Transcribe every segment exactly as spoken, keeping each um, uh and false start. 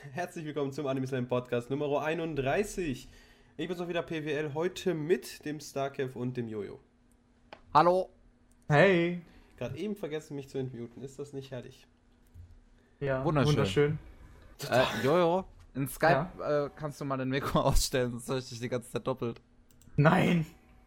Herzlich willkommen zum Anime Slam Podcast Nummer einunddreißig. Ich bin's auch wieder P W L, heute mit dem Starkev und dem Jojo. Hallo. Hey. Gerade eben vergessen, mich zu entmuten. Ist das nicht herrlich? Ja, Wunderschön. wunderschön. Äh, Jojo, in Skype ja. äh, kannst du mal den Mikro ausstellen, sonst höre ich dich die ganze Zeit doppelt. Nein.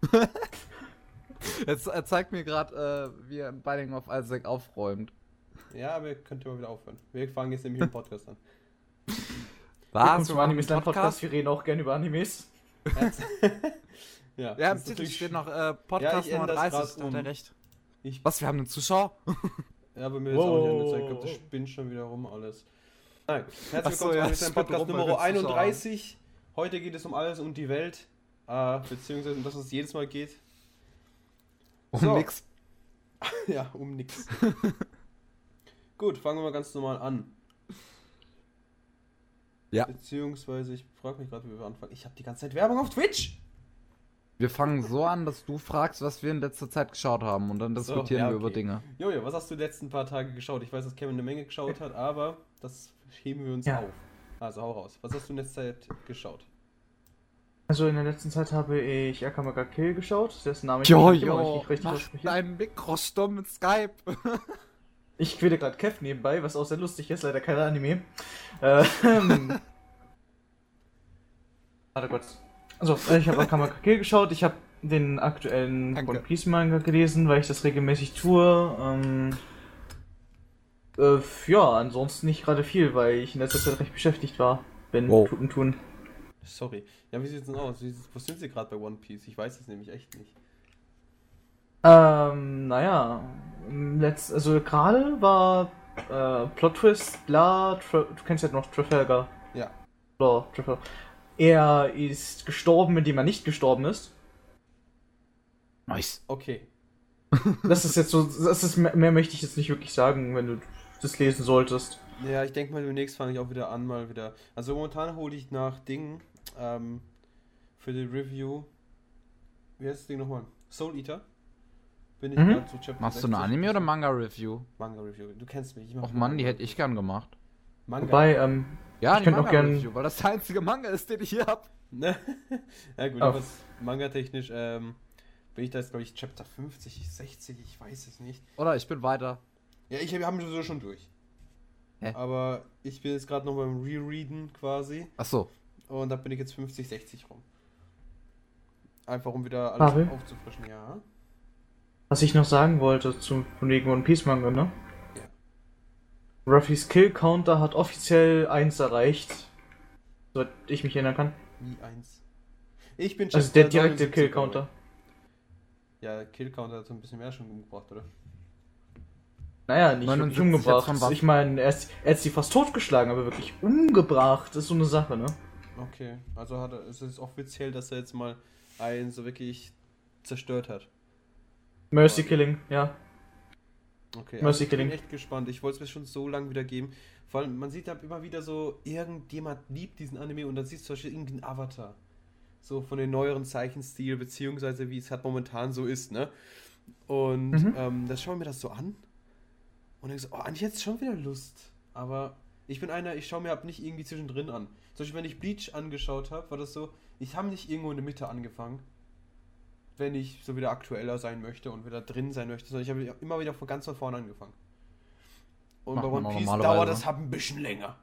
Jetzt er zeigt mir gerade, äh, wie er in Binding of Isaac aufräumt. Ja, aber ihr könnt ja mal wieder aufhören. Wir fangen jetzt nämlich im Podcast an. Was? Zum Anime Slam Podcast, wir reden auch gerne über Animes. ja, ja, im Titel steht noch äh, Podcast ja, Nummer dreißig, da hat er recht. Ich Was, wir haben einen Zuschauer? Ja, bei mir ist wow. auch nicht angezeigt. Ich glaube, das spinnt schon wieder rum alles. Nein, herzlich willkommen ja, zum Podcast Nummer einunddreißig. Heute geht es um alles, um die Welt. Äh, beziehungsweise um das, was es jedes Mal geht. Um so. nix. Ja, um nix. Gut, fangen wir mal ganz normal an. Ja. Beziehungsweise, ich frage mich gerade, wie wir anfangen. Ich habe die ganze Zeit Werbung auf Twitch. Wir fangen so an, dass du fragst, was wir in letzter Zeit geschaut haben und dann diskutieren so, ja, okay. wir über Dinge. Jojo, was hast du die letzten paar Tage geschaut? Ich weiß, dass Kevin eine Menge geschaut hat, aber das heben wir uns ja. auf. Also hau raus. Was hast du in letzter Zeit geschaut? Also in der letzten Zeit habe ich Akame ga Kill geschaut, dessen Name ich jo, nicht jo, richtig, richtig ausspreche. Dein Mikrostumm mit Skype. Ich quäle gerade Kev nebenbei, was auch sehr lustig ist, leider kein Anime. Ähm. Warte kurz. Also, ich habe Akame ga Kill geschaut, ich habe den aktuellen Danke. One Piece Manga gelesen, weil ich das regelmäßig tue. Ähm, äh, ja, ansonsten nicht gerade viel, weil ich in letzter Zeit recht beschäftigt war. Bin wow. tun tun. Sorry. Ja, wie sieht's denn aus? Wo sind sie gerade bei One Piece? Ich weiß es nämlich echt nicht. Ähm, naja, letzt, also gerade war äh, Plot Twist, bla, Tra du kennst ja noch Trafalgar. Ja. Bla, Trafalgar. Er ist gestorben, indem er nicht gestorben ist. Nice. Okay. Das ist jetzt so, das ist mehr, mehr möchte ich jetzt nicht wirklich sagen, wenn du das lesen solltest. Ja, ich denke mal, demnächst fange ich auch wieder an, mal wieder. Also momentan hole ich nach Dingen, ähm, für die Review. Wie heißt das Ding nochmal? Soul Eater. Bin ich mhm. gerade zu Chapter Machst du eine Anime- oder Manga-Review? Manga-Review. Du kennst mich. Ich Och Mann, die hätte ich gern gemacht. Manga. Wobei, ähm, ja, ich könnte auch gern... Review, weil das der einzige Manga ist, den ich hier hab. Ne? Ja gut, oh. aber Manga-technisch, ähm, bin ich da jetzt, glaube ich, Chapter fünfzig, sechzig, ich weiß es nicht. Oder ich bin weiter. Ja, ich habe mich sowieso schon durch. Hä? Aber ich bin jetzt gerade noch beim Rereaden quasi. Ach so. Und da bin ich jetzt fünfzig, sechzig rum. Einfach um wieder alles Pavel? aufzufrischen, ja. Was ich noch sagen wollte zum von wegen One Piece Manga, ne? Ja. Ruffys Kill Counter hat offiziell eins erreicht. Soweit ich mich erinnern kann. Wie eins? Ich bin Also der direkte Kill Counter. Ja, Kill Counter hat so ein bisschen mehr schon umgebracht, oder? Naja, nicht wirklich umgebracht. Ich meine, er, er hat sie fast totgeschlagen, aber wirklich umgebracht ist so eine Sache, ne? Okay, also hat er, ist es offiziell, dass er jetzt mal einen so wirklich zerstört hat. Mercy aber, Killing, ja. Okay, also ich bin echt gespannt. Ich wollte es mir schon so lange wieder geben. Vor allem, man sieht da immer wieder so, irgendjemand liebt diesen Anime und dann siehst du zum Beispiel irgendeinen Avatar. So von den neueren Zeichenstil, beziehungsweise wie es halt momentan so ist, ne? Und mhm. ähm, das schauen wir das so an. Und dann so, oh, eigentlich jetzt schon wieder Lust. Aber ich bin einer, ich schaue mir halt nicht irgendwie zwischendrin an. Zum Beispiel, wenn ich Bleach angeschaut habe, war das so, ich habe nicht irgendwo in der Mitte angefangen, wenn ich so wieder aktueller sein möchte und wieder drin sein möchte, sondern ich habe immer wieder von ganz von vorne angefangen. Und bei One Piece dauert das halt ein bisschen länger.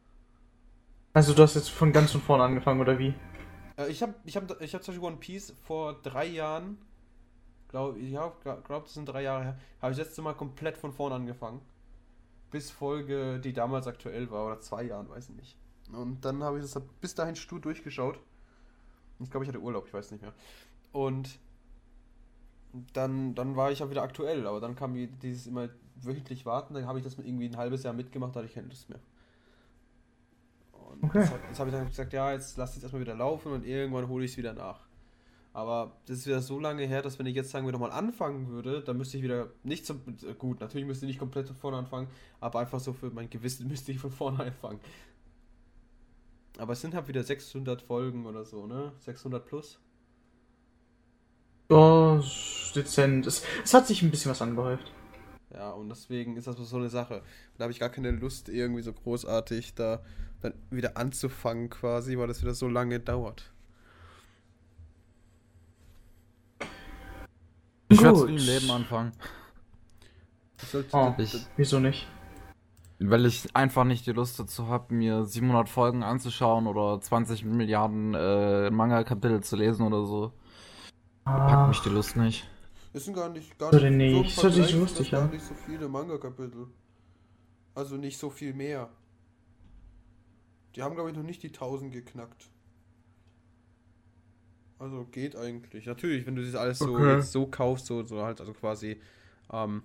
Also du hast jetzt von ganz von vorne angefangen, oder wie? Äh, ich habe ich hab, ich hab zum Beispiel One Piece vor drei Jahren, glaube ich, ja, glaube das sind drei Jahre her, habe ich das letzte Mal komplett von vorne angefangen. Bis Folge, die damals aktuell war, oder zwei Jahren, weiß ich nicht. Und dann habe ich das bis dahin stur durchgeschaut. Ich glaube, ich hatte Urlaub, ich weiß nicht mehr. Und dann, dann war ich ja wieder aktuell, aber dann kam dieses immer wöchentlich warten, dann habe ich das irgendwie ein halbes Jahr mitgemacht, da hatte ich keine Lust mehr. Und okay. Jetzt, jetzt habe ich dann gesagt, ja, jetzt lass ich erstmal wieder laufen und irgendwann hole ich es wieder nach. Aber das ist wieder so lange her, dass wenn ich jetzt sagen wir nochmal anfangen würde, dann müsste ich wieder nicht so, gut, natürlich müsste ich nicht komplett von vorne anfangen, aber einfach so für mein Gewissen müsste ich von vorne anfangen. Aber es sind halt wieder sechshundert Folgen oder so, ne? sechshundert plus. Ja, dezent. Es, es hat sich ein bisschen was angehäuft. Ja, und deswegen ist das so eine Sache. Da habe ich gar keine Lust, irgendwie so großartig da dann wieder anzufangen quasi, weil das wieder so lange dauert. Ich werde nie im Leben anfangen. Sollte, Oh, das, das, wieso nicht? Weil ich einfach nicht die Lust dazu habe, mir siebenhundert Folgen anzuschauen oder zwanzig Milliarden äh, Manga-Kapitel zu lesen oder so. Ah. Packt mich die Lust nicht. Es sind gar nicht, gar So nicht, denn nicht. so im Ist doch nicht Vergleich sind lustig, das ja. gar nicht so viele Manga-Kapitel. Also nicht so viel mehr. Die haben, glaube ich, noch nicht die tausend geknackt. Also geht eigentlich. Natürlich, wenn du das alles so Okay. jetzt so kaufst, so, so halt, also quasi, ähm,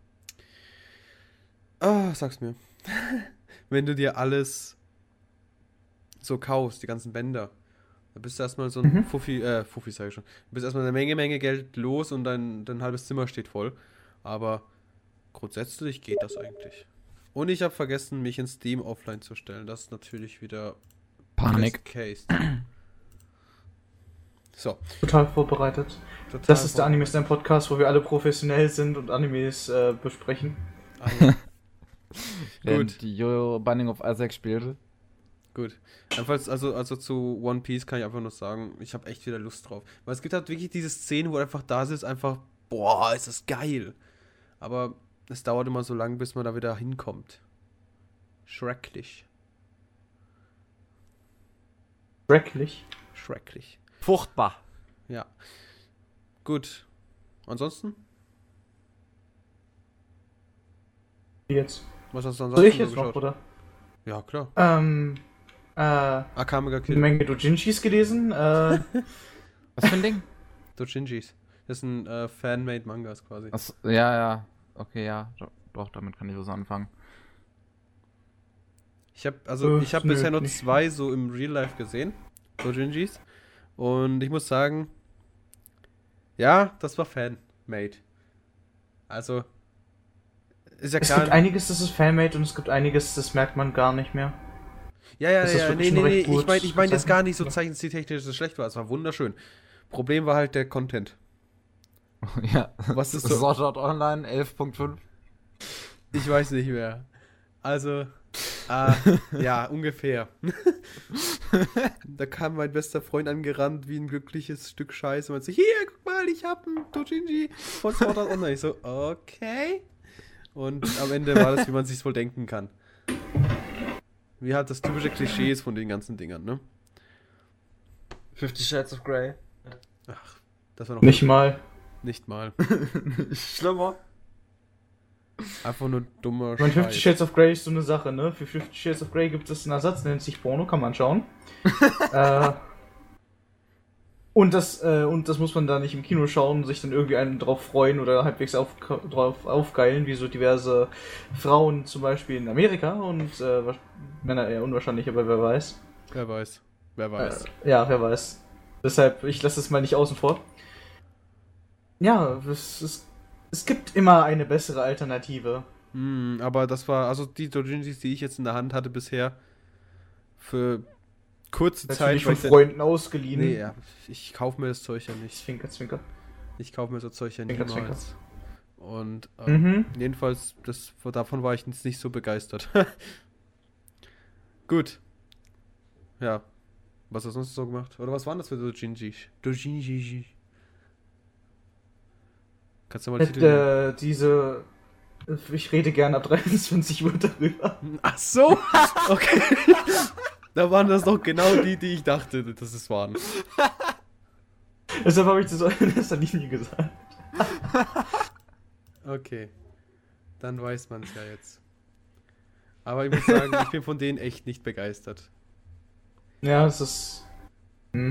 ah, sag's mir. Wenn du dir alles so kaufst, die ganzen Bänder, dann bist du erstmal so ein Mhm. Fuffi, äh, Fuffi sag ich schon. Du bist erstmal eine Menge, Menge Geld los und dein, dein halbes Zimmer steht voll. Aber grundsätzlich geht das eigentlich. Und ich habe vergessen, mich in Steam offline zu stellen. Das ist natürlich wieder Panik. Case. So. Total vorbereitet. Total Das ist der voll- Anime Slam Podcast, wo wir alle professionell sind und Animes äh, besprechen. Ah, ja. Wenn Gut. die Yo Binding of Isaac spielte. Gut. Jedenfalls, also, also zu One Piece kann ich einfach nur sagen, ich habe echt wieder Lust drauf. Weil es gibt halt wirklich diese Szene, wo du einfach da sitzt, einfach, boah, ist das geil. Aber es dauert immer so lang, bis man da wieder hinkommt. Schrecklich. Schrecklich. Schrecklich. Furchtbar. Ja. Gut. Ansonsten? Wie jetzt? Was hast du ansonsten Soll ich so jetzt noch, geschaut? oder? Ja, klar. Ähm, äh, Akame ga eine Kill. Menge Dojinshis gelesen. Äh, Was für ein Ding? Dojinjis. Das sind äh, Fan-made Mangas quasi. Achso, ja, ja. Okay, ja. Doch, doch, damit kann ich was anfangen. Ich habe also Äh, ich habe nö, bisher nur nicht. zwei so im Real Life gesehen, Dojinjis, und ich muss sagen, ja, das war Fan-made. Also ist ja es klar. gibt einiges, das ist Fanmade und es gibt einiges, das merkt man gar nicht mehr. Ja, ja, das ist ja, wirklich nee, schon nee, nee, recht ich gut meine ich mein jetzt gezeichnet. gar nicht so zeichenstiltechnisch, dass es schlecht war, es war wunderschön. Problem war halt der Content. Ja. Was ist so? Sword Art Online elf Punkt fünf. Ich weiß nicht mehr. Also, äh, ja, ungefähr. Da kam mein bester Freund angerannt wie ein glückliches Stück Scheiße und meinte so, hier, guck mal, ich hab ein Dojinji von Sword Art Online. Ich so, okay. Und am Ende war das, wie man sich's wohl denken kann. Wie halt das typische Klischee ist von den ganzen Dingern, ne? Fifty Shades of Grey. Ach, das war noch Nicht mal. nicht mal. Schlimmer. Einfach nur dummer Ich meine, Fifty Scheiß. Shades of Grey ist so eine Sache, ne? Für Fifty Shades of Grey gibt es einen Ersatz, nennt sich Porno, kann man schauen. äh, und, das, äh, und das muss man da nicht im Kino schauen und sich dann irgendwie einen drauf freuen oder halbwegs auf, drauf aufgeilen, wie so diverse Frauen zum Beispiel in Amerika und äh, Männer eher unwahrscheinlich, aber wer weiß. Wer weiß. Wer weiß. Äh, ja, wer weiß. Deshalb, ich lasse es mal nicht außen vor. Ja, es, es, es gibt immer eine bessere Alternative. Hm, aber das war, also die Dojinjis, die ich jetzt in der Hand hatte bisher, für kurze Zeit. Natürlich weil von ich dann- Freunden ausgeliehen. Nee, ja, ich kaufe mir das Zeug ja nicht. Zwinker, zwinker. Ich kaufe mir so Zeug ja Zwinker, niemals. Und ähm, Mhm. jedenfalls, das, davon war ich jetzt nicht so begeistert. Gut. Ja. Was hast du sonst so gemacht? Oder was waren das für Dojinji? Dojinji. Kannst du mal den Titel nennen? Äh, diese. Ich rede gern ab dreiundzwanzig Uhr darüber. Ach so! Okay. Da waren das doch genau die, die ich dachte, dass es waren. Deshalb habe ich das in erster Linie gesagt. Okay. Dann weiß man es ja jetzt. Aber ich muss sagen, ich bin von denen echt nicht begeistert. Ja, es ist. Hm.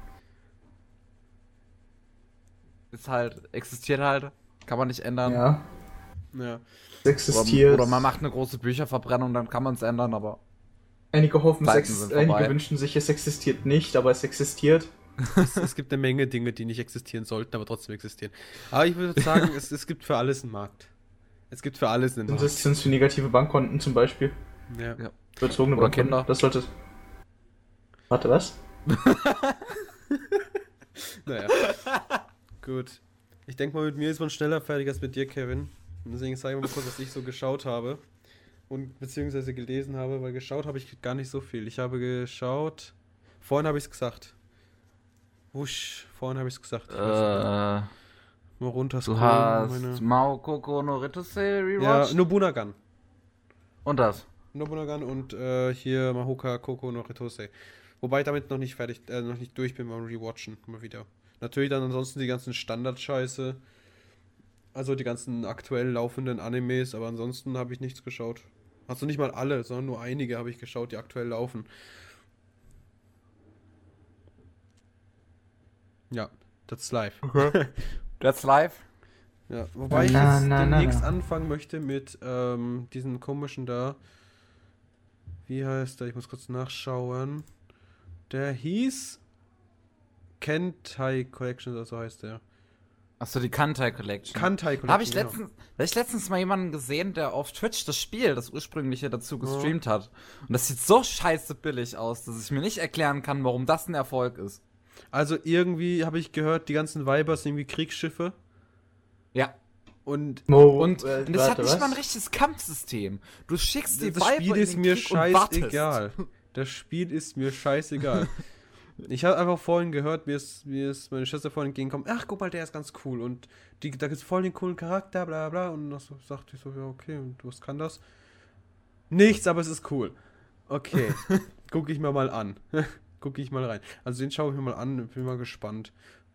Ist halt, existiert halt. Kann man nicht ändern. Ja, Ja. es existiert. Oder, oder man macht eine große Bücherverbrennung, dann kann man es ändern, aber. Einige hoffen, es Zeiten ex sind einige vorbei. wünschen sich, es existiert nicht, aber es existiert. Es, es gibt eine Menge Dinge, die nicht existieren sollten, aber trotzdem existieren. Aber ich würde sagen, es, es gibt für alles einen Markt. Es gibt für alles einen Und Markt. das sind für negative Bankkonten zum Beispiel. Ja. Ja. Überzogene Oder Bankkonten. Kinder. Das sollte. Warte, was? Naja. Gut. Ich denke mal, mit mir ist man schneller fertig als mit dir, Kevin. Und deswegen sage ich mal kurz, was ich so geschaut habe. Und beziehungsweise gelesen habe, weil geschaut habe ich gar nicht so viel. Ich habe geschaut. Vorhin habe ich es gesagt. Wusch, vorhin habe ich es gesagt. Ich weiß nicht. Äh, Mal runter du hast Mao Koko no Ritosei Ja, rewatcht? Nobunagan. Und das? Nobunagan und äh, hier Mahoka Koko no Ritosei. Wobei ich damit noch nicht fertig, äh, noch nicht durch bin beim Rewatchen. Mal wieder. Natürlich dann ansonsten die ganzen Standard-Scheiße. Also die ganzen aktuell laufenden Animes, aber ansonsten habe ich nichts geschaut. Also nicht mal alle, sondern nur einige habe ich geschaut, die aktuell laufen. Ja, that's life. That's live? Ja, wobei ich Na, jetzt na, na, demnächst na. anfangen möchte mit ähm, diesen komischen da. Wie heißt der? Ich muss kurz nachschauen. Der hieß Kentai Collection oder so heißt der. Achso, die Kantai Collection. Kantai Collection. Habe ich, genau. letztens, hab ich letztens mal jemanden gesehen, der auf Twitch das Spiel, das ursprüngliche, dazu gestreamt hat. Und das sieht so scheiße billig aus, dass ich mir nicht erklären kann, warum das ein Erfolg ist. Also irgendwie habe ich gehört, die ganzen Vibers sind irgendwie Kriegsschiffe. Ja. Und Mo, Und, äh, und das hat warte, nicht was? mal ein richtiges Kampfsystem. Du schickst die das Viper Spiel in ist den mir Krieg und wartest. scheißegal. Das Spiel ist mir scheißegal. Ich habe einfach vorhin gehört, mir ist, mir ist meine Schwester vorhin entgegengekommen, ach, guck mal, der ist ganz cool und die, da gibt es voll den coolen Charakter, bla bla, und dann so, sagte ich so, ja, okay, und was kann das? Nichts, aber es ist cool. Okay, gucke ich mir mal an. Gucke ich mal rein. Also den schaue ich mir mal an, bin mal gespannt.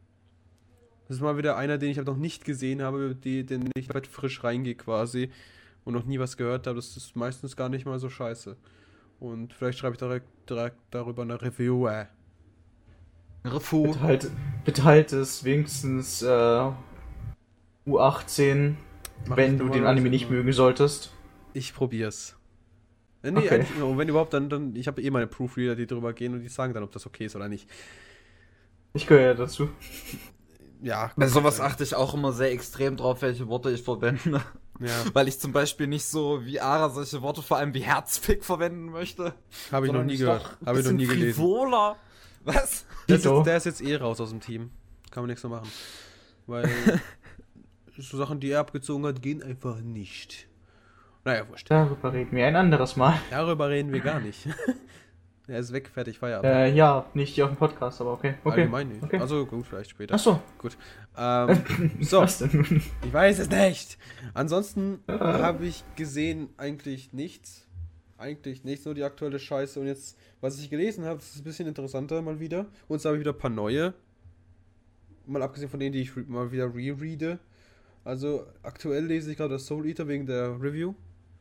Das ist mal wieder einer, den ich halt noch nicht gesehen habe, die, den ich halt frisch reingehe quasi und noch nie was gehört habe. Das ist meistens gar nicht mal so scheiße. Und vielleicht schreibe ich direkt, direkt darüber eine Review. Äh. Refu. Bitte halt, bitte halt es wenigstens äh, U achtzehn, Mach wenn ich du den normalerweise Anime nicht immer. mögen solltest. Ich probier's. Äh, Nee, Okay. eigentlich, und wenn überhaupt, dann, dann ich habe eh meine Proofreader, die drüber gehen und die sagen dann, ob das okay ist oder nicht. Ich gehöre ja dazu. Ja, Bei sowas achte ich auch immer sehr extrem drauf, welche Worte ich verwende. ja, Weil ich zum Beispiel nicht so wie Ara solche Worte vor allem wie Herzfick verwenden möchte. habe ich noch sondern nie mich gehört. doch ein Habe ich noch bisschen nie gelesen. frivoler. Was? Der ist, Dito. jetzt, der ist jetzt eh raus aus dem Team. Kann man nichts mehr machen. Weil so Sachen, die er abgezogen hat, gehen einfach nicht. Naja, wurscht. Darüber reden wir ein anderes Mal. Darüber reden wir gar nicht. Er ist weg, fertig, Feierabend. Äh, ja, nicht hier auf dem Podcast, aber okay. Okay. Allgemein nicht. Okay. Also gut, vielleicht später. Achso. Gut. Ähm, so, Was denn? ich weiß es nicht. Ansonsten habe ich gesehen eigentlich nichts. Eigentlich nichts, nur die aktuelle Scheiße. Und jetzt, was ich gelesen habe, das ist ein bisschen interessanter mal wieder. Und zwar habe ich wieder ein paar neue. Mal abgesehen von denen, die ich re- mal wieder rereade. Also aktuell lese ich gerade das Soul Eater wegen der Review.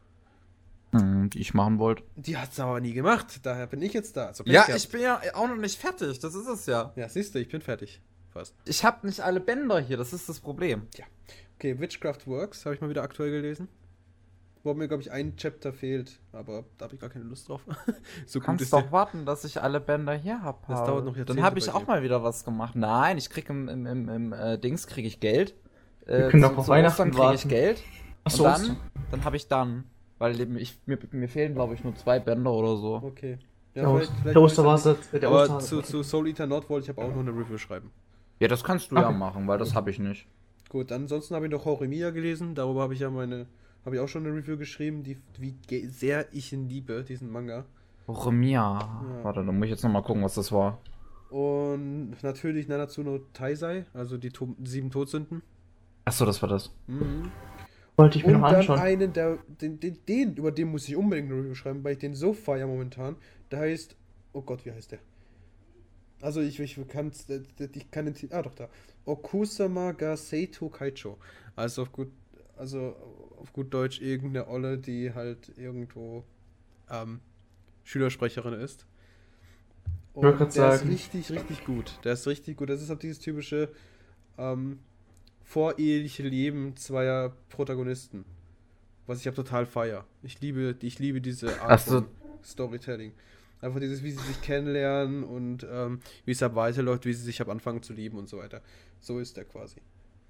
Hm, die ich machen wollte. Die hat es aber nie gemacht. Daher bin ich jetzt da. Also Pech Ja, gehabt. ich bin ja auch noch nicht fertig, das ist es ja. Ja, siehst du, ich bin fertig. Fast. Ich habe nicht alle Bänder hier, das ist das Problem. Okay, Witchcraft Works habe ich mal wieder aktuell gelesen. Wo mir, glaube ich, ein Chapter fehlt. Aber da habe ich gar keine Lust drauf. So Du gut kannst ist doch der. warten, dass ich alle Bänder hier hab. Das dauert noch Jahrzehnte Dann habe ich bei auch dir. mal wieder was gemacht. Nein, ich krieg im, im, im, im äh, Dings krieg ich Geld. Äh, Wir können doch zu- auf zu Weihnachten Ostern krieg ich warten. Geld. Achso, Und dann, dann habe ich dann. Weil eben ich, mir, mir fehlen, glaube ich, nur zwei Bänder oder so. Okay. der, Ja, Ost- vielleicht, vielleicht der mache ich's Osterhase. dann nicht. Der Aber Osterhase. zu, zu Soul Eater Not wollte ich aber auch noch eine Review schreiben. Ja, das kannst du ja Okay. machen, weil das habe ich nicht. Gut, ansonsten habe ich noch Horimiya gelesen. Darüber habe ich ja meine. Habe ich auch schon eine Review geschrieben, die, wie ge- sehr ich ihn liebe, diesen Manga. Romia. Ja. Warte, dann muss ich jetzt nochmal gucken, was das war. Und natürlich Nanatsu no Taisei, also die to sieben Todsünden. Achso, das war das. Mhm. Wollte ich mir Und noch dann anschauen. einen, der, den, den, den, über den muss ich unbedingt eine Review schreiben, weil ich den so feier momentan. Der heißt, oh Gott, wie heißt der? Also ich, ich kann, ich kann den Titel, ah doch da. Okusama ga Seito Kaicho. Also auf gut, also auf gut Deutsch irgendeine Olle, die halt irgendwo ähm, Schülersprecherin ist. Und wollte grad der sagen. ist richtig, richtig gut. Der ist richtig gut. Das ist halt dieses typische ähm, voreheliche Leben zweier Protagonisten. Was ich ja total feier. Ich liebe, ich liebe diese Art Ach so. von Storytelling. Einfach dieses, wie sie sich kennenlernen und ähm, wie es ab weiterläuft, wie sie sich ab anfangen zu lieben und so weiter. So ist der quasi.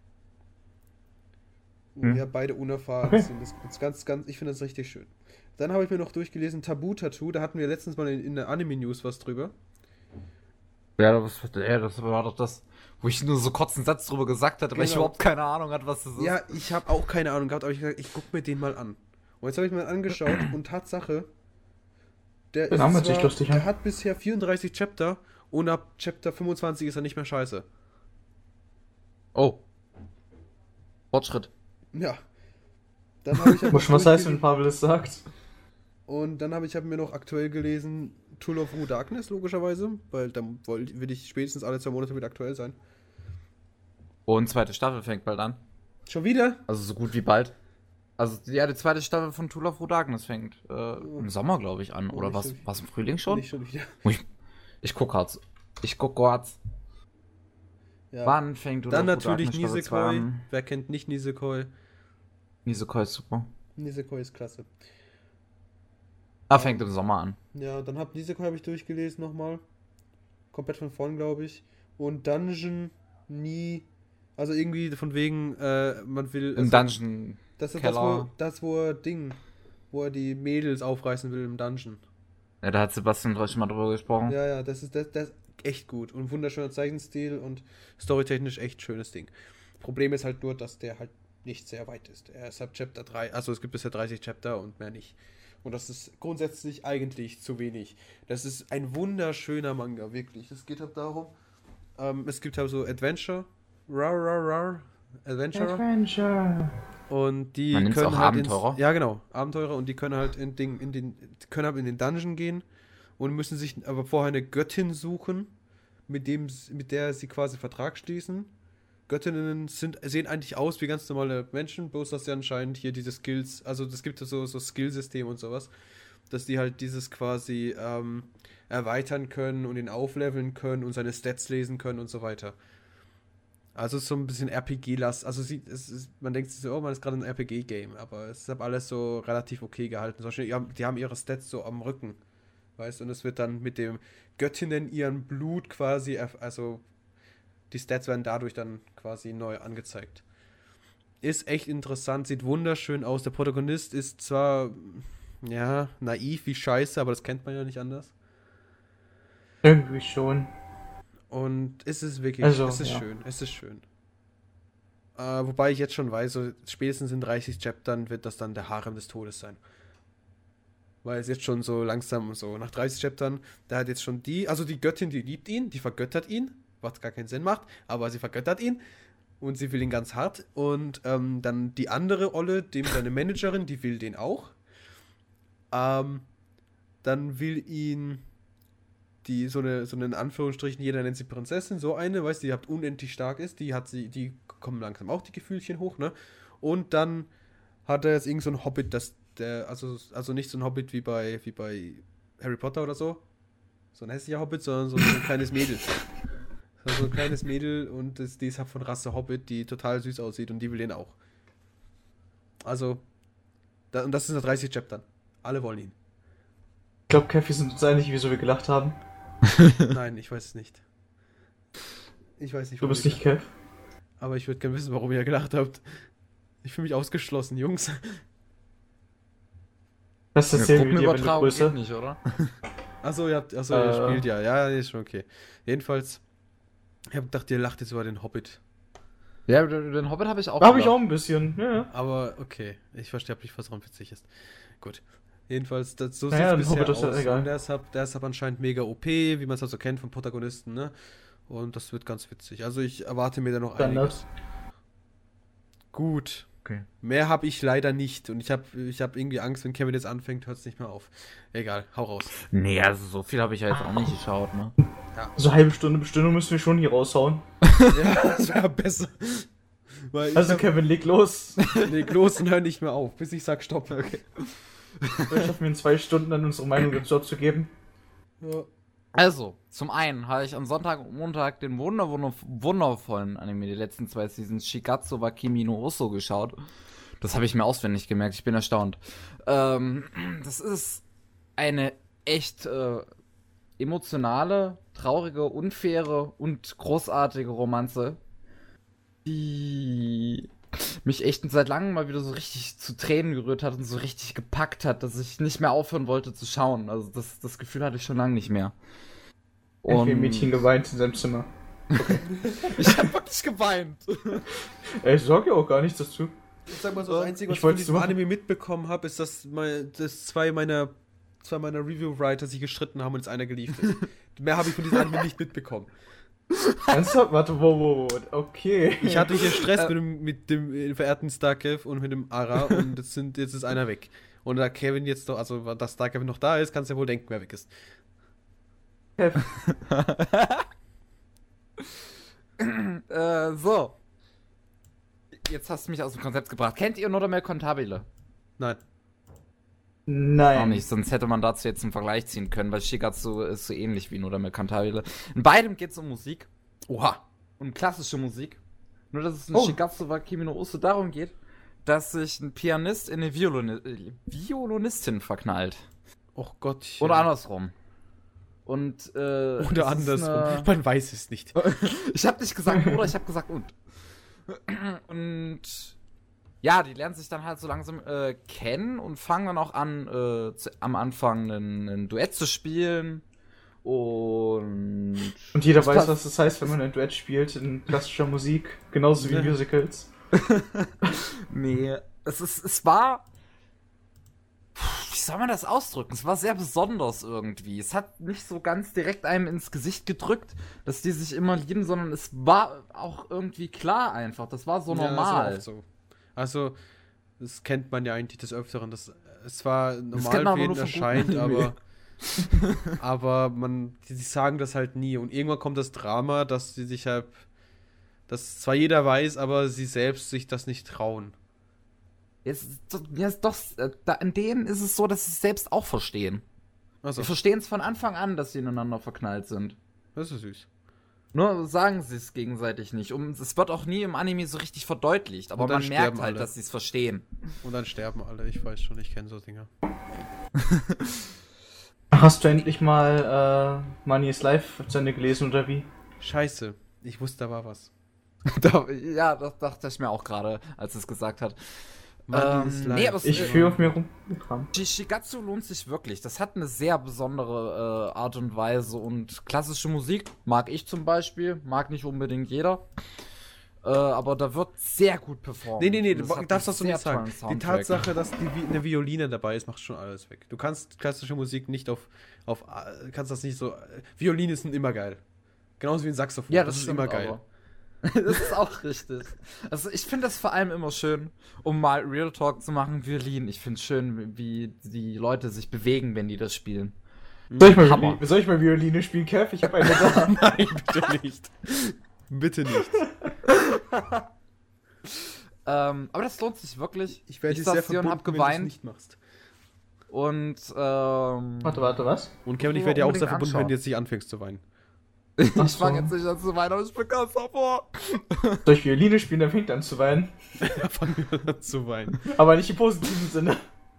Wo Hm. ja beide unerfahren Okay. sind. Das ist ganz, ganz, ich finde das richtig schön. Dann habe ich mir noch durchgelesen Tabu Tattoo, da hatten wir letztens mal in, in der Anime News was drüber. Ja, das, ja, das war doch das, wo ich nur so kurz einen Satz drüber gesagt hatte, weil ich Genau. überhaupt keine Ahnung hatte, was das ist. Ja, ich habe auch keine Ahnung gehabt, aber ich gesagt, ich guck mir den mal an. Und jetzt habe ich mir angeschaut und Tatsache, der, Der ist Name hört sich zwar- lustig der an. hat bisher vierunddreißig Chapter und ab Chapter fünfundzwanzig ist er nicht mehr scheiße. Oh. Fortschritt. Ja. Dann habe ich halt Muss schon was noch heißen, wenn Pavel es sagt. Und dann habe ich hab mir noch aktuell gelesen Tool of Ru Darkness, logischerweise, weil dann woll- will ich spätestens alle zwei Monate wieder aktuell sein. Und zweite Staffel fängt bald an. Schon wieder? Also so gut wie bald. Also ja, die zweite Staffel von Tool of Darkness fängt äh, im Sommer, glaube ich, an. Oh, Oder nicht was? so- Was im Frühling schon? Nicht schon wieder. Oh, ich ich guck kurz. Ich guck kurz. Ja. Wann fängt Tool Dann of natürlich Darkness Staffel zwei Nisekoi. an? Wer kennt nicht Nisekoi? Nisekoi ist super. Nisekoi ist klasse. Ah, fängt im Sommer an. Ja, dann hab Nisekoi habe ich durchgelesen nochmal. Komplett von vorn, glaube ich. Und Dungeon nie. Also irgendwie von wegen, äh, man will. Im also, Dungeon. Das ist das Keller. wo, das, wo er Ding. Wo er die Mädels aufreißen will im Dungeon. Ja, da hat Sebastian Drösch mal drüber gesprochen. Ja, ja, das ist, das, das ist echt gut. Und wunderschöner Zeichenstil und storytechnisch echt schönes Ding. Problem ist halt nur, dass der halt nicht sehr weit ist. Er ist ab Chapter drei, also es gibt bisher dreißig Chapter und mehr nicht. Und das ist grundsätzlich eigentlich zu wenig. Das ist ein wunderschöner Manga, wirklich. Es geht halt darum, ähm, es gibt halt so Adventure, rar, rar, rar, Adventurer. Adventure. Und die Man nennt's können auch halt Abenteurer? Ins, ja, genau, Abenteurer und die können halt in Ding, in den, können halt in den Dungeon gehen und müssen sich aber vorher eine Göttin suchen, mit dem, mit der sie quasi Vertrag schließen. Göttinnen sind, sehen eigentlich aus wie ganz normale Menschen, bloß dass sie anscheinend hier diese Skills, also es gibt ja so, so Skillsystem und sowas, dass die halt dieses quasi ähm, erweitern können und ihn aufleveln können und seine Stats lesen können und so weiter. Also es ist so ein bisschen R P G-last. Also sie, es ist, man denkt sich so, oh, man ist gerade ein R P G-Game, aber es ist halt alles so relativ okay gehalten. Zum Beispiel, die haben, die haben ihre Stats so am Rücken, weißt du, und es wird dann mit dem Göttinnen ihren Blut quasi, erf- also die Stats werden dadurch dann quasi neu angezeigt. Ist echt interessant, sieht wunderschön aus. Der Protagonist ist zwar, ja, naiv wie Scheiße, aber das kennt man ja nicht anders. Irgendwie schon. Und es ist wirklich, Also, es ist ja. schön, es ist schön. Äh, wobei ich jetzt schon weiß, so spätestens in dreißig Chaptern wird das dann der Harem des Todes sein. Weil es jetzt schon so langsam so, nach dreißig Chaptern, da hat jetzt schon die, also die Göttin, die liebt ihn, die vergöttert ihn, was gar keinen Sinn macht, aber sie vergöttert ihn und sie will ihn ganz hart. Und ähm, dann die andere Olle, dem seine Managerin, die will den auch. Ähm, dann will ihn die so eine, so eine in Anführungsstrichen, jeder nennt sie Prinzessin, so eine, weißt du, die halt unendlich stark ist, die hat sie, die kommen langsam auch die Gefühlchen hoch, ne? Und dann hat er jetzt irgend so ein Hobbit, das, der, also, also nicht so ein Hobbit wie bei, wie bei Harry Potter oder so, so ein hässlicher Hobbit, sondern so ein kleines Mädel. So so ein kleines Mädel und das, die ist halt von Rasse Hobbit, die total süß aussieht und die will den auch. Also, da, und das ist nach dreißig Chaptern. Alle wollen ihn. Ich glaube, Käffi sind uns einig, wieso wir gelacht haben. Nein, ich weiß es nicht. Ich weiß nicht, Du bist ihr- nicht Kev. Aber ich würde gerne wissen, warum ihr gelacht habt. Ich fühle mich ausgeschlossen, Jungs. Das erzählen wir dir, wenn du Gruppenübertragung größer. geht nicht, oder? Achso, ihr habt, achso, Äh. ihr spielt ja. Ja, ist schon okay. Jedenfalls, ich habe gedacht, ihr lacht jetzt über den Hobbit. Ja, den den Hobbit habe ich auch. Da habe ich gedacht. auch ein bisschen. Ja, ja. Aber okay, ich verstehe nicht, was daran witzig ist. Gut. Jedenfalls, das, so Naja, sieht ein es bisher Hobbit ist ja aus. egal. Und der ist, halt, der ist halt anscheinend mega O P, wie man es halt so kennt von Protagonisten, ne? Und das wird ganz witzig. Also ich erwarte mir da noch Dann einiges. Gut. Okay. Mehr habe ich leider nicht. Und ich habe ich hab irgendwie Angst, wenn Kevin jetzt anfängt, hört es nicht mehr auf. Egal, hau raus. Nee, also so viel habe ich ja jetzt auch nicht geschaut, ne? So halbe Stunde Bestimmt müssen wir schon hier raushauen. Ja, das wäre besser. Weil ich Also hab- Kevin, leg los. Leg los und hör nicht mehr auf, bis ich sag Stopp. Okay. Wir schaffen wir in zwei Stunden dann unsere Meinung dazu abzugeben. Ja. Also, zum einen habe ich am Sonntag und Montag den wunder wunder wundervollen Anime, die letzten zwei Seasons, Shigatsu wa Kimi no Uso geschaut. Das habe ich mir auswendig gemerkt, ich bin erstaunt. Ähm, das ist eine echt äh, emotionale, traurige, unfaire und großartige Romanze, die mich echt seit langem mal wieder so richtig zu Tränen gerührt hat und so richtig gepackt hat, dass ich nicht mehr aufhören wollte zu schauen. Also das, das Gefühl hatte ich schon lange nicht mehr. Und wie ein Mädchen geweint in seinem Zimmer. Okay. Ich hab wirklich geweint. Ey, ich sag ja auch gar nichts dazu. Ich sag mal so, das Einzige, was ich ich von diesem machen. Anime mitbekommen habe, ist, dass, mein, dass zwei meiner zwei meiner Review-Writer sich gestritten haben und jetzt einer geliebt ist. Mehr habe ich von diesem Anime nicht mitbekommen. Ernsthaft? Warte, wow, wow, wow, okay. Ich hatte hier Stress mit dem, mit dem äh, verehrten Starkev und mit dem Ara und jetzt, sind, jetzt ist einer weg. Und da Kevin jetzt noch, also dass Starkev noch da ist, kannst du ja wohl denken, wer weg ist. äh, so. Jetzt hast du mich aus dem Konzept gebracht. Kennt ihr Nodamel Contabile? Nein. Nein. Auch nicht, sonst hätte man dazu jetzt einen Vergleich ziehen können, weil Shigatsu ist so ähnlich wie Nodamel Cantabile. In beidem geht es um Musik. Oha. Um klassische Musik. Nur, dass es in Oh. Shigatsu wa Kimi no Uso darum geht, dass sich ein Pianist in eine Violoni äh, Violinistin verknallt. Och Gott. Oder andersrum. Und, äh. Oder es ist andersrum. eine- Man weiß es nicht. Ich hab nicht gesagt oder, ich hab gesagt und. Und ja, die lernen sich dann halt so langsam äh, kennen und fangen dann auch an, äh, zu, am Anfang ein, ein Duett zu spielen. Und. Und jeder Es weiß, passt- was das heißt, wenn man ein Duett spielt in klassischer Musik. Genauso wie Ja. Musicals. Nee, es ist, es war. Wie soll man das ausdrücken? Es war sehr besonders irgendwie. Es hat nicht so ganz direkt einem ins Gesicht gedrückt, dass die sich immer lieben, sondern es war auch irgendwie klar einfach. Das war so Ja, normal. das war oft so. Also, das kennt man ja eigentlich des Öfteren. Das, es war kennt normal man aber für jeden nur von erscheint, guten Anime. aber. aber man, die, die sagen das halt nie. Und irgendwann kommt das Drama, dass sie sich halt. Dass zwar jeder weiß, aber sie selbst sich das nicht trauen. Jetzt, jetzt doch, äh, da, in denen ist es so, dass sie es selbst auch verstehen. Also, Sie verstehen es von Anfang an, dass sie ineinander verknallt sind. das ist süß. Nur sagen sie es gegenseitig nicht. Um, es wird auch nie im Anime so richtig verdeutlicht, aber Und dann man merkt sterben halt, alle. dass sie es verstehen. Und dann sterben alle. Ich weiß schon, ich kenne so Dinge. Hast du endlich mal äh, Money is Life zu Ende gelesen oder wie? Scheiße. Ich wusste, da war was. Da, ja, das dachte ich mir auch gerade, als es gesagt hat. Money is Ähm, life. nee, aber es, Ich äh, führe auf mir rum. Shigatsu lohnt sich wirklich. Das hat eine sehr besondere äh, Art und Weise und klassische Musik mag ich zum Beispiel, mag nicht unbedingt jeder. Äh, aber da wird sehr gut performt. Nee, nee, nee, Und du es hat darfst einen das so nicht sehr sagen. tollen Die Soundtrack. Tatsache, dass die, Vi- eine Violine dabei ist, macht schon alles weg. Du kannst klassische Musik nicht auf, auf äh, kannst das nicht so, äh, Violine sind immer geil. Genauso wie ein Saxophon, Ja, das, ist stimmt immer geil. aber. Das ist auch richtig. Also ich finde das vor allem immer schön, um mal Real Talk zu machen, Violin. Ich finde es schön, wie die Leute sich bewegen, wenn die das spielen. Soll ich mal, Hammer. Vi- soll ich mal Violine spielen, Kev? Ich habe eine da. Nein, bitte nicht. Bitte nicht. Ähm, aber das lohnt sich wirklich. Ich werde ich dir sehr saß hier und hab verbunden, wenn du es geweint. nicht machst. Und ähm, Warte, warte, was? Und Kevin, ich Ja, werde dir auch unbedingt sehr verbunden, anschauen. wenn du jetzt nicht anfängst zu weinen. ich Ach so. fange jetzt nicht an zu weinen, aber ich bin ganz davor. Soll ich Violine spielen, dann fängt er an zu weinen. Da fangen wir an zu weinen. Aber nicht im positiven Sinne.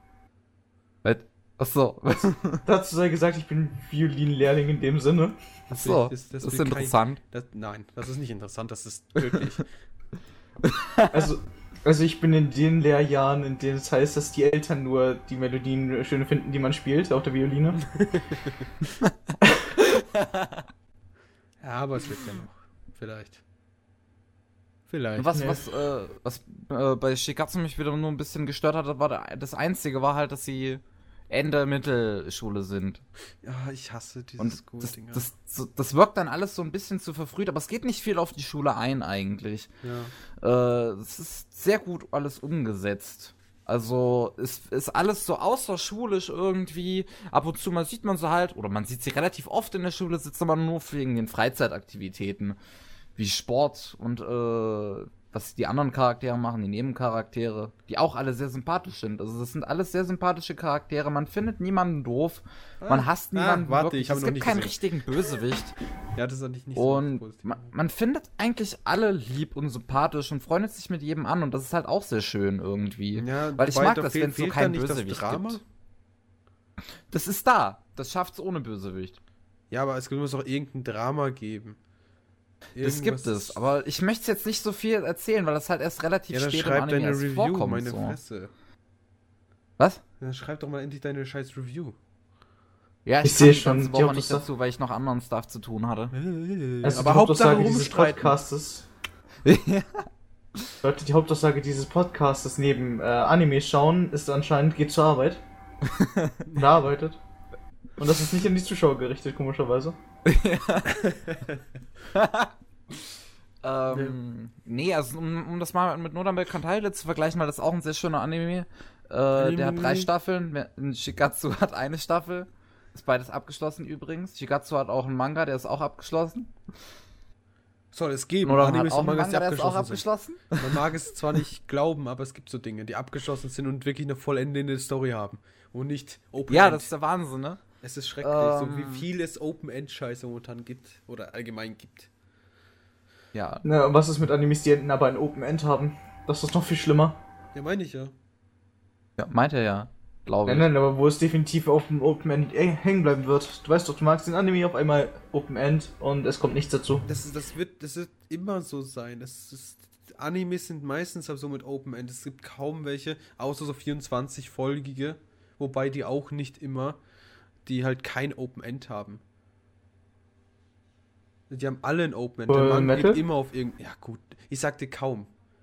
Achso, Dazu sei gesagt, ich bin Violinlehrling in dem Sinne. achso, Das- das, das ist will kein- interessant. Das, nein, das ist nicht interessant, das ist tödlich. Also, also ich bin in den Lehrjahren, in denen es heißt, dass die Eltern nur die Melodien schön finden, die man spielt, auf der Violine. Ja, aber es wird ja noch. Vielleicht. Vielleicht. Was, Nee. was, äh, was äh, bei Shigatsu mich wieder nur ein bisschen gestört hat, war der, das Einzige war halt, dass sie Ende Mittelschule sind. Ja, ich hasse dieses Und gute das, Dinger. das, so, das wirkt dann alles so ein bisschen zu verfrüht, aber es geht nicht viel auf die Schule ein eigentlich. Ja. Äh, es ist sehr gut alles umgesetzt. Also es ist alles so außerschulisch irgendwie. Ab und zu mal sieht man sie halt, oder man sieht sie relativ oft in der Schule, sitzt aber nur wegen den Freizeitaktivitäten. Wie Sport und äh, was die anderen Charaktere machen, die Nebencharaktere, die auch alle sehr sympathisch sind. Also das sind alles sehr sympathische Charaktere. Man findet niemanden doof, man hasst ah, niemanden warte, wirklich. ich habe Es noch gibt nicht keinen gesehen. richtigen Bösewicht. Ja, das ist eigentlich nicht so Und positiv. man, man findet eigentlich alle lieb und sympathisch und freundet sich mit jedem an und das ist halt auch sehr schön irgendwie. Ja, Weil ich wobei, mag da das, fehlt- wenn es so fehlt da keinen nicht das Bösewicht Drama? gibt. Das ist da. Das schafft's ohne Bösewicht. Ja, aber es muss auch irgendein Drama geben. Das gibt Irgendwas- es. Aber ich möchte jetzt nicht so viel erzählen, weil das halt erst relativ Ja, dann spät im schreib Anime deine erst Review, vorkommt. meine So. Fresse. Was? Dann schreib doch mal endlich deine scheiß Review. Ja, Ich ich, sehe kam die schon, ganze die Woche Hauptsache- nicht dazu, weil ich noch anderen Stuff zu tun hatte. Also aber die Hauptsache Hauptaussage dieses rumstreiten. Podcastes. Leute, die Hauptaussage dieses Podcastes neben äh, Anime schauen ist anscheinend, geht zur Arbeit. Und arbeitet. Und das ist nicht an die Zuschauer gerichtet, komischerweise. ähm, nee, also um, um das mal mit Nodame Kantaile zu vergleichen, weil das ist auch ein sehr schöner Anime. Äh, Anime. Der hat drei Staffeln, Shigatsu hat eine Staffel. Ist beides abgeschlossen übrigens. Shigatsu hat auch einen Manga, der ist auch abgeschlossen. Soll es geben. Nodame hat Animes auch und einen Mangas, die Manga, der ist auch abgeschlossen sind. abgeschlossen. Man mag es zwar nicht glauben, aber es gibt so Dinge, die abgeschlossen sind und wirklich eine vollendende Story haben. Und nicht Open Ja, End. das ist der Wahnsinn, ne? Es ist schrecklich, Ähm. so wie viel es Open-End-Scheiße momentan gibt. Oder allgemein gibt. Ja. Na, und was ist mit Animes, die enden aber ein Open End haben? Das ist noch viel schlimmer. Ja, meine ich ja. Ja, meint er ja, glaube ich. Nein, nein, aber wo es definitiv auf dem Open End äh, hängen bleiben wird. Du weißt doch, du magst den Anime auf einmal Open End und es kommt nichts dazu. Das, ist, das, wird, das wird immer so sein. Das ist, Animes sind meistens so mit Open End. Es gibt kaum welche, außer so vierundzwanzig-folgige. Wobei die auch nicht immer, die halt kein Open End haben. Die haben alle ein Open End. Der Full Mann Metal? geht immer auf irgendein. Ja, gut. Ich sagte kaum.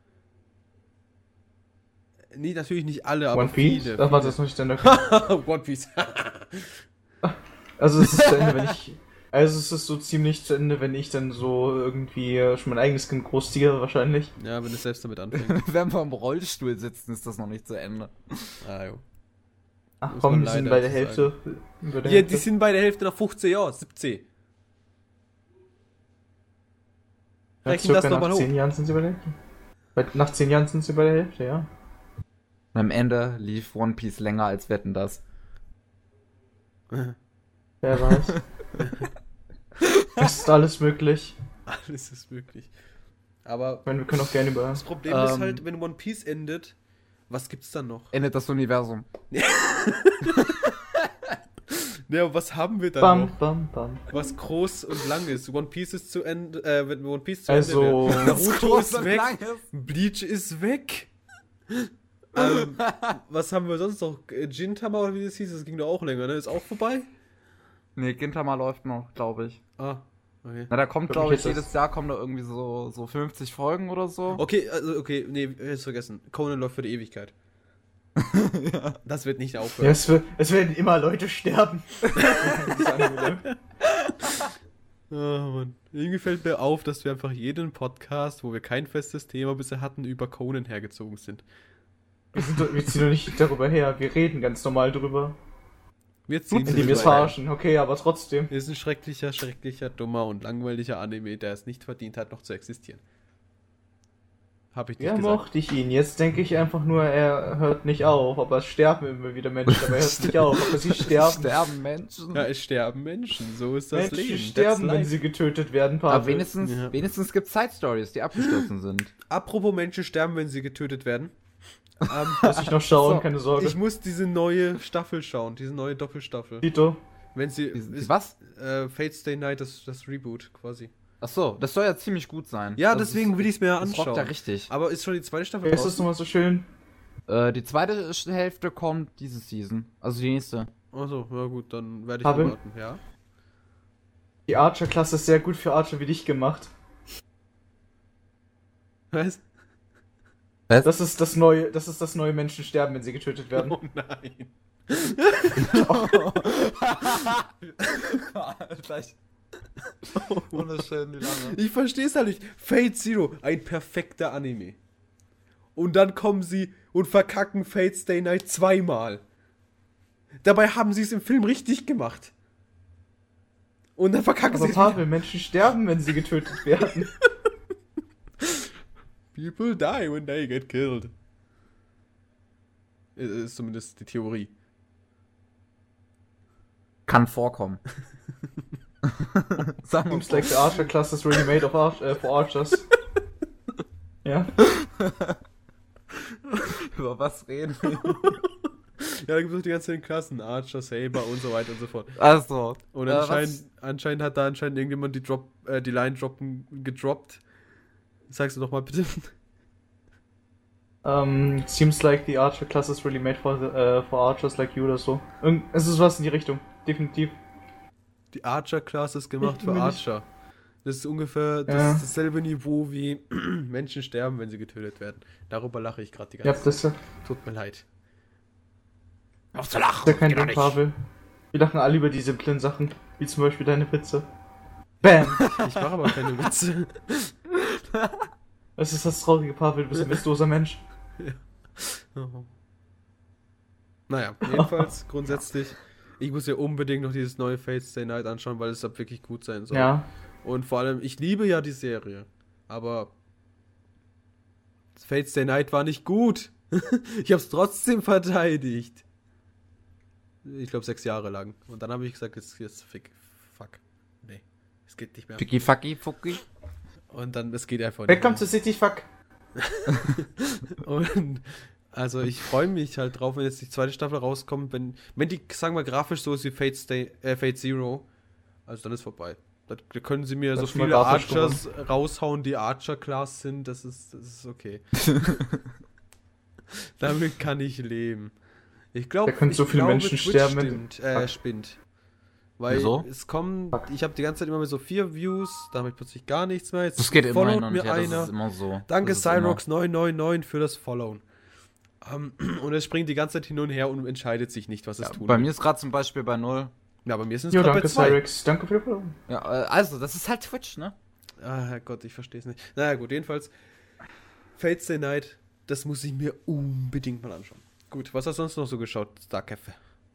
Nee, natürlich nicht alle, aber One Piece? viele. Ach, warte, das ist noch nicht der One Piece. Also es ist zu Ende, wenn ich. Also es ist so ziemlich zu Ende, wenn ich dann so irgendwie äh, schon mein eigenes Kind großziehe, wahrscheinlich. Ja, wenn es selbst damit anfängt. Wenn wir im Rollstuhl sitzen, ist das noch nicht zu Ende. Ah, jo. Ach Muss komm, man wir sind leider bei der so Hälfte. Bei der Ja, Hälfte. die sind bei der Hälfte nach fünfzehn Jahren, siebzehn. Ja, Rechnen das circa doch mal nach hoch. zehn Jahren sind sie bei der Hälfte. Bei, nach zehn Jahren sind sie bei der Hälfte, ja. Und am Ende lief One Piece länger als Wetten das. Wer weiß. Es ist alles möglich. Alles ist möglich. Aber Ich meine, wir können auch gerne über. das Problem Ähm. ist halt, wenn One Piece endet, was gibt's dann noch? Endet das Universum. Ja, aber was haben wir dann Bam, noch? bam, bam. Was groß und lang ist. One Piece ist zu Ende, äh, wenn One Piece zu Also- Ende wäre. Was Naruto ist weg. Bleach ist weg. ähm, was haben wir sonst noch? Äh, Gintama oder wie das hieß, das ging doch auch länger, ne? Ist auch vorbei? Nee, Gintama läuft noch, glaube ich. Ah, okay. Na, da kommt, Glaub glaube ich, ich, jetzt jedes Jahr kommen da irgendwie so, so fünfzig Folgen oder so. Okay, also, okay, nee, jetzt vergessen. Conan läuft für die Ewigkeit. Ja. Das wird nicht Ja, aufhören. es, wird, es werden immer Leute sterben. Das Anime läuft. Oh, Mann. Irgendwie fällt mir auf, dass wir einfach jeden Podcast, wo wir kein festes Thema bisher hatten, über Conan hergezogen sind. wir, sind, doch- wir ziehen doch nicht darüber her, wir reden ganz normal drüber. Wir ziehen Indem wir es drüber her. verarschen, okay, aber trotzdem. Ist ein schrecklicher, schrecklicher, dummer und langweiliger Anime, der es nicht verdient hat, noch zu existieren. Hab ich nicht Ja, gesagt. mochte ich ihn. Jetzt denke ich einfach nur, er hört nicht auf. Aber es sterben immer wieder Menschen, aber er hört nicht auf. Aber sie sterben. Sterben Menschen. Ja, es sterben Menschen, so ist das Menschen Leben. sterben, That's wenn life. sie getötet werden, Pavel. Aber wenigstens, Ja. wenigstens gibt es Side-Stories, die abgeschlossen sind. Apropos Menschen sterben, wenn sie getötet werden. ähm, Muss ich noch schauen, So, keine Sorge. ich muss diese neue Staffel schauen, diese neue Doppelstaffel. Tito. Wenn sie. Die, die ist, was? Äh, Fate Stay Night, das, das Reboot quasi. Achso, das soll ja ziemlich gut sein. Ja, das deswegen ist, will ich es mir ja das anschauen. rockt ja richtig. Aber ist schon die zweite Staffel Wer ist das draußen? nochmal so schön? Äh, die zweite Hälfte kommt diese Season. Also die nächste. Achso, ja gut, dann werde ich Pavel? mal warten, ja. Die Archer-Klasse ist sehr gut für Archer wie dich gemacht. Was? Das ist das neue, das ist das neue Menschen sterben, wenn sie getötet werden. Oh nein. Gleich. Wunderschön, wie lange. Ich verstehe es halt nicht. Fate Zero, ein perfekter Anime. Und dann kommen sie und verkacken Fate Stay Night zweimal. Dabei haben sie es im Film richtig gemacht. Und dann verkacken Aber sie es Pavel, Menschen sterben, wenn sie getötet werden. People die when they get killed. Ist ist zumindest die Theorie. Kann vorkommen. Sagen wir Seems like the Archer class is really made of arch äh, for archers. Ja. über was reden wir? Ja, da gibt es auch die ganzen Klassen. Archer, Saber und so weiter und so fort. Also. Und äh, anscheinend, anscheinend hat da anscheinend irgendjemand die, Drop, äh, die Line droppen gedroppt. Sagst du doch mal bitte. Um, seems like the Archer class is really made for, the, uh, for archers like you oder so. Irgend es ist was in die Richtung, definitiv. Die Archer-Class ist gemacht Ich für bin mir Archer. Das ist ungefähr das Ja. ist dasselbe Niveau wie Menschen sterben, wenn sie getötet werden. Darüber lache ich gerade die Ja, ganze das ist ja, Zeit. Tut mir leid. Auf zu das lachen! ist ja kein geht doch Ding, nicht. Pavel. Wir lachen alle über die simplen Sachen, wie zum Beispiel deine Pizza. Bam! Ich mache aber keine Witze. Das ist das traurige, Pavel, du bist ein witzloser Mensch. Oh. Naja, jedenfalls grundsätzlich, ich muss ja unbedingt noch dieses neue Fate's Stay Night anschauen, weil es ab wirklich gut sein soll. Ja. Und vor allem, ich liebe ja die Serie, aber Fate's Stay Night war nicht gut. Ich hab's trotzdem verteidigt. Ich glaube sechs Jahre lang. Und dann habe ich gesagt, jetzt, jetzt fick, fuck. Nee, es geht nicht mehr. Ficky, fucky, fucky. Und dann, es geht einfach nicht Welcome mehr. to City Fuck. Und also ich freue mich halt drauf, wenn jetzt die zweite Staffel rauskommt, wenn, wenn die, sagen wir, grafisch so ist wie Fate, Stay, äh, Fate Zero, also dann ist vorbei. Da da können sie mir Das so ist mal viele grafisch Archers raushauen, die Archer-Class sind, das ist, das ist okay. Damit kann ich leben. Ich glaube, Da können so viele Menschen sterben, wenn- Stimmt, äh, spinnt. Weil Wieso? es kommen, Fuck. ich habe die ganze Zeit immer mit so vier Views, da habe ich plötzlich gar nichts mehr. Jetzt Das geht immer followt hin und mir her, das einer. ist immer so. Danke Das ist immer- Cyrox neun neun neun für das Followen. Ähm, und es springt die ganze Zeit hin und her und entscheidet sich nicht, was es Ja, tun bei will. mir ist gerade zum Beispiel bei null. Ja, bei mir sind es Jo, gerade bei danke, zwei. Cyrex. Danke für die Follow. Ja, äh, also, das ist halt Twitch, ne? Ah, Herrgott, ich verstehe es nicht. Naja, gut, jedenfalls. Fate Stay Night, das muss ich mir unbedingt mal anschauen. Gut, was hast du sonst noch so geschaut, Starcafé?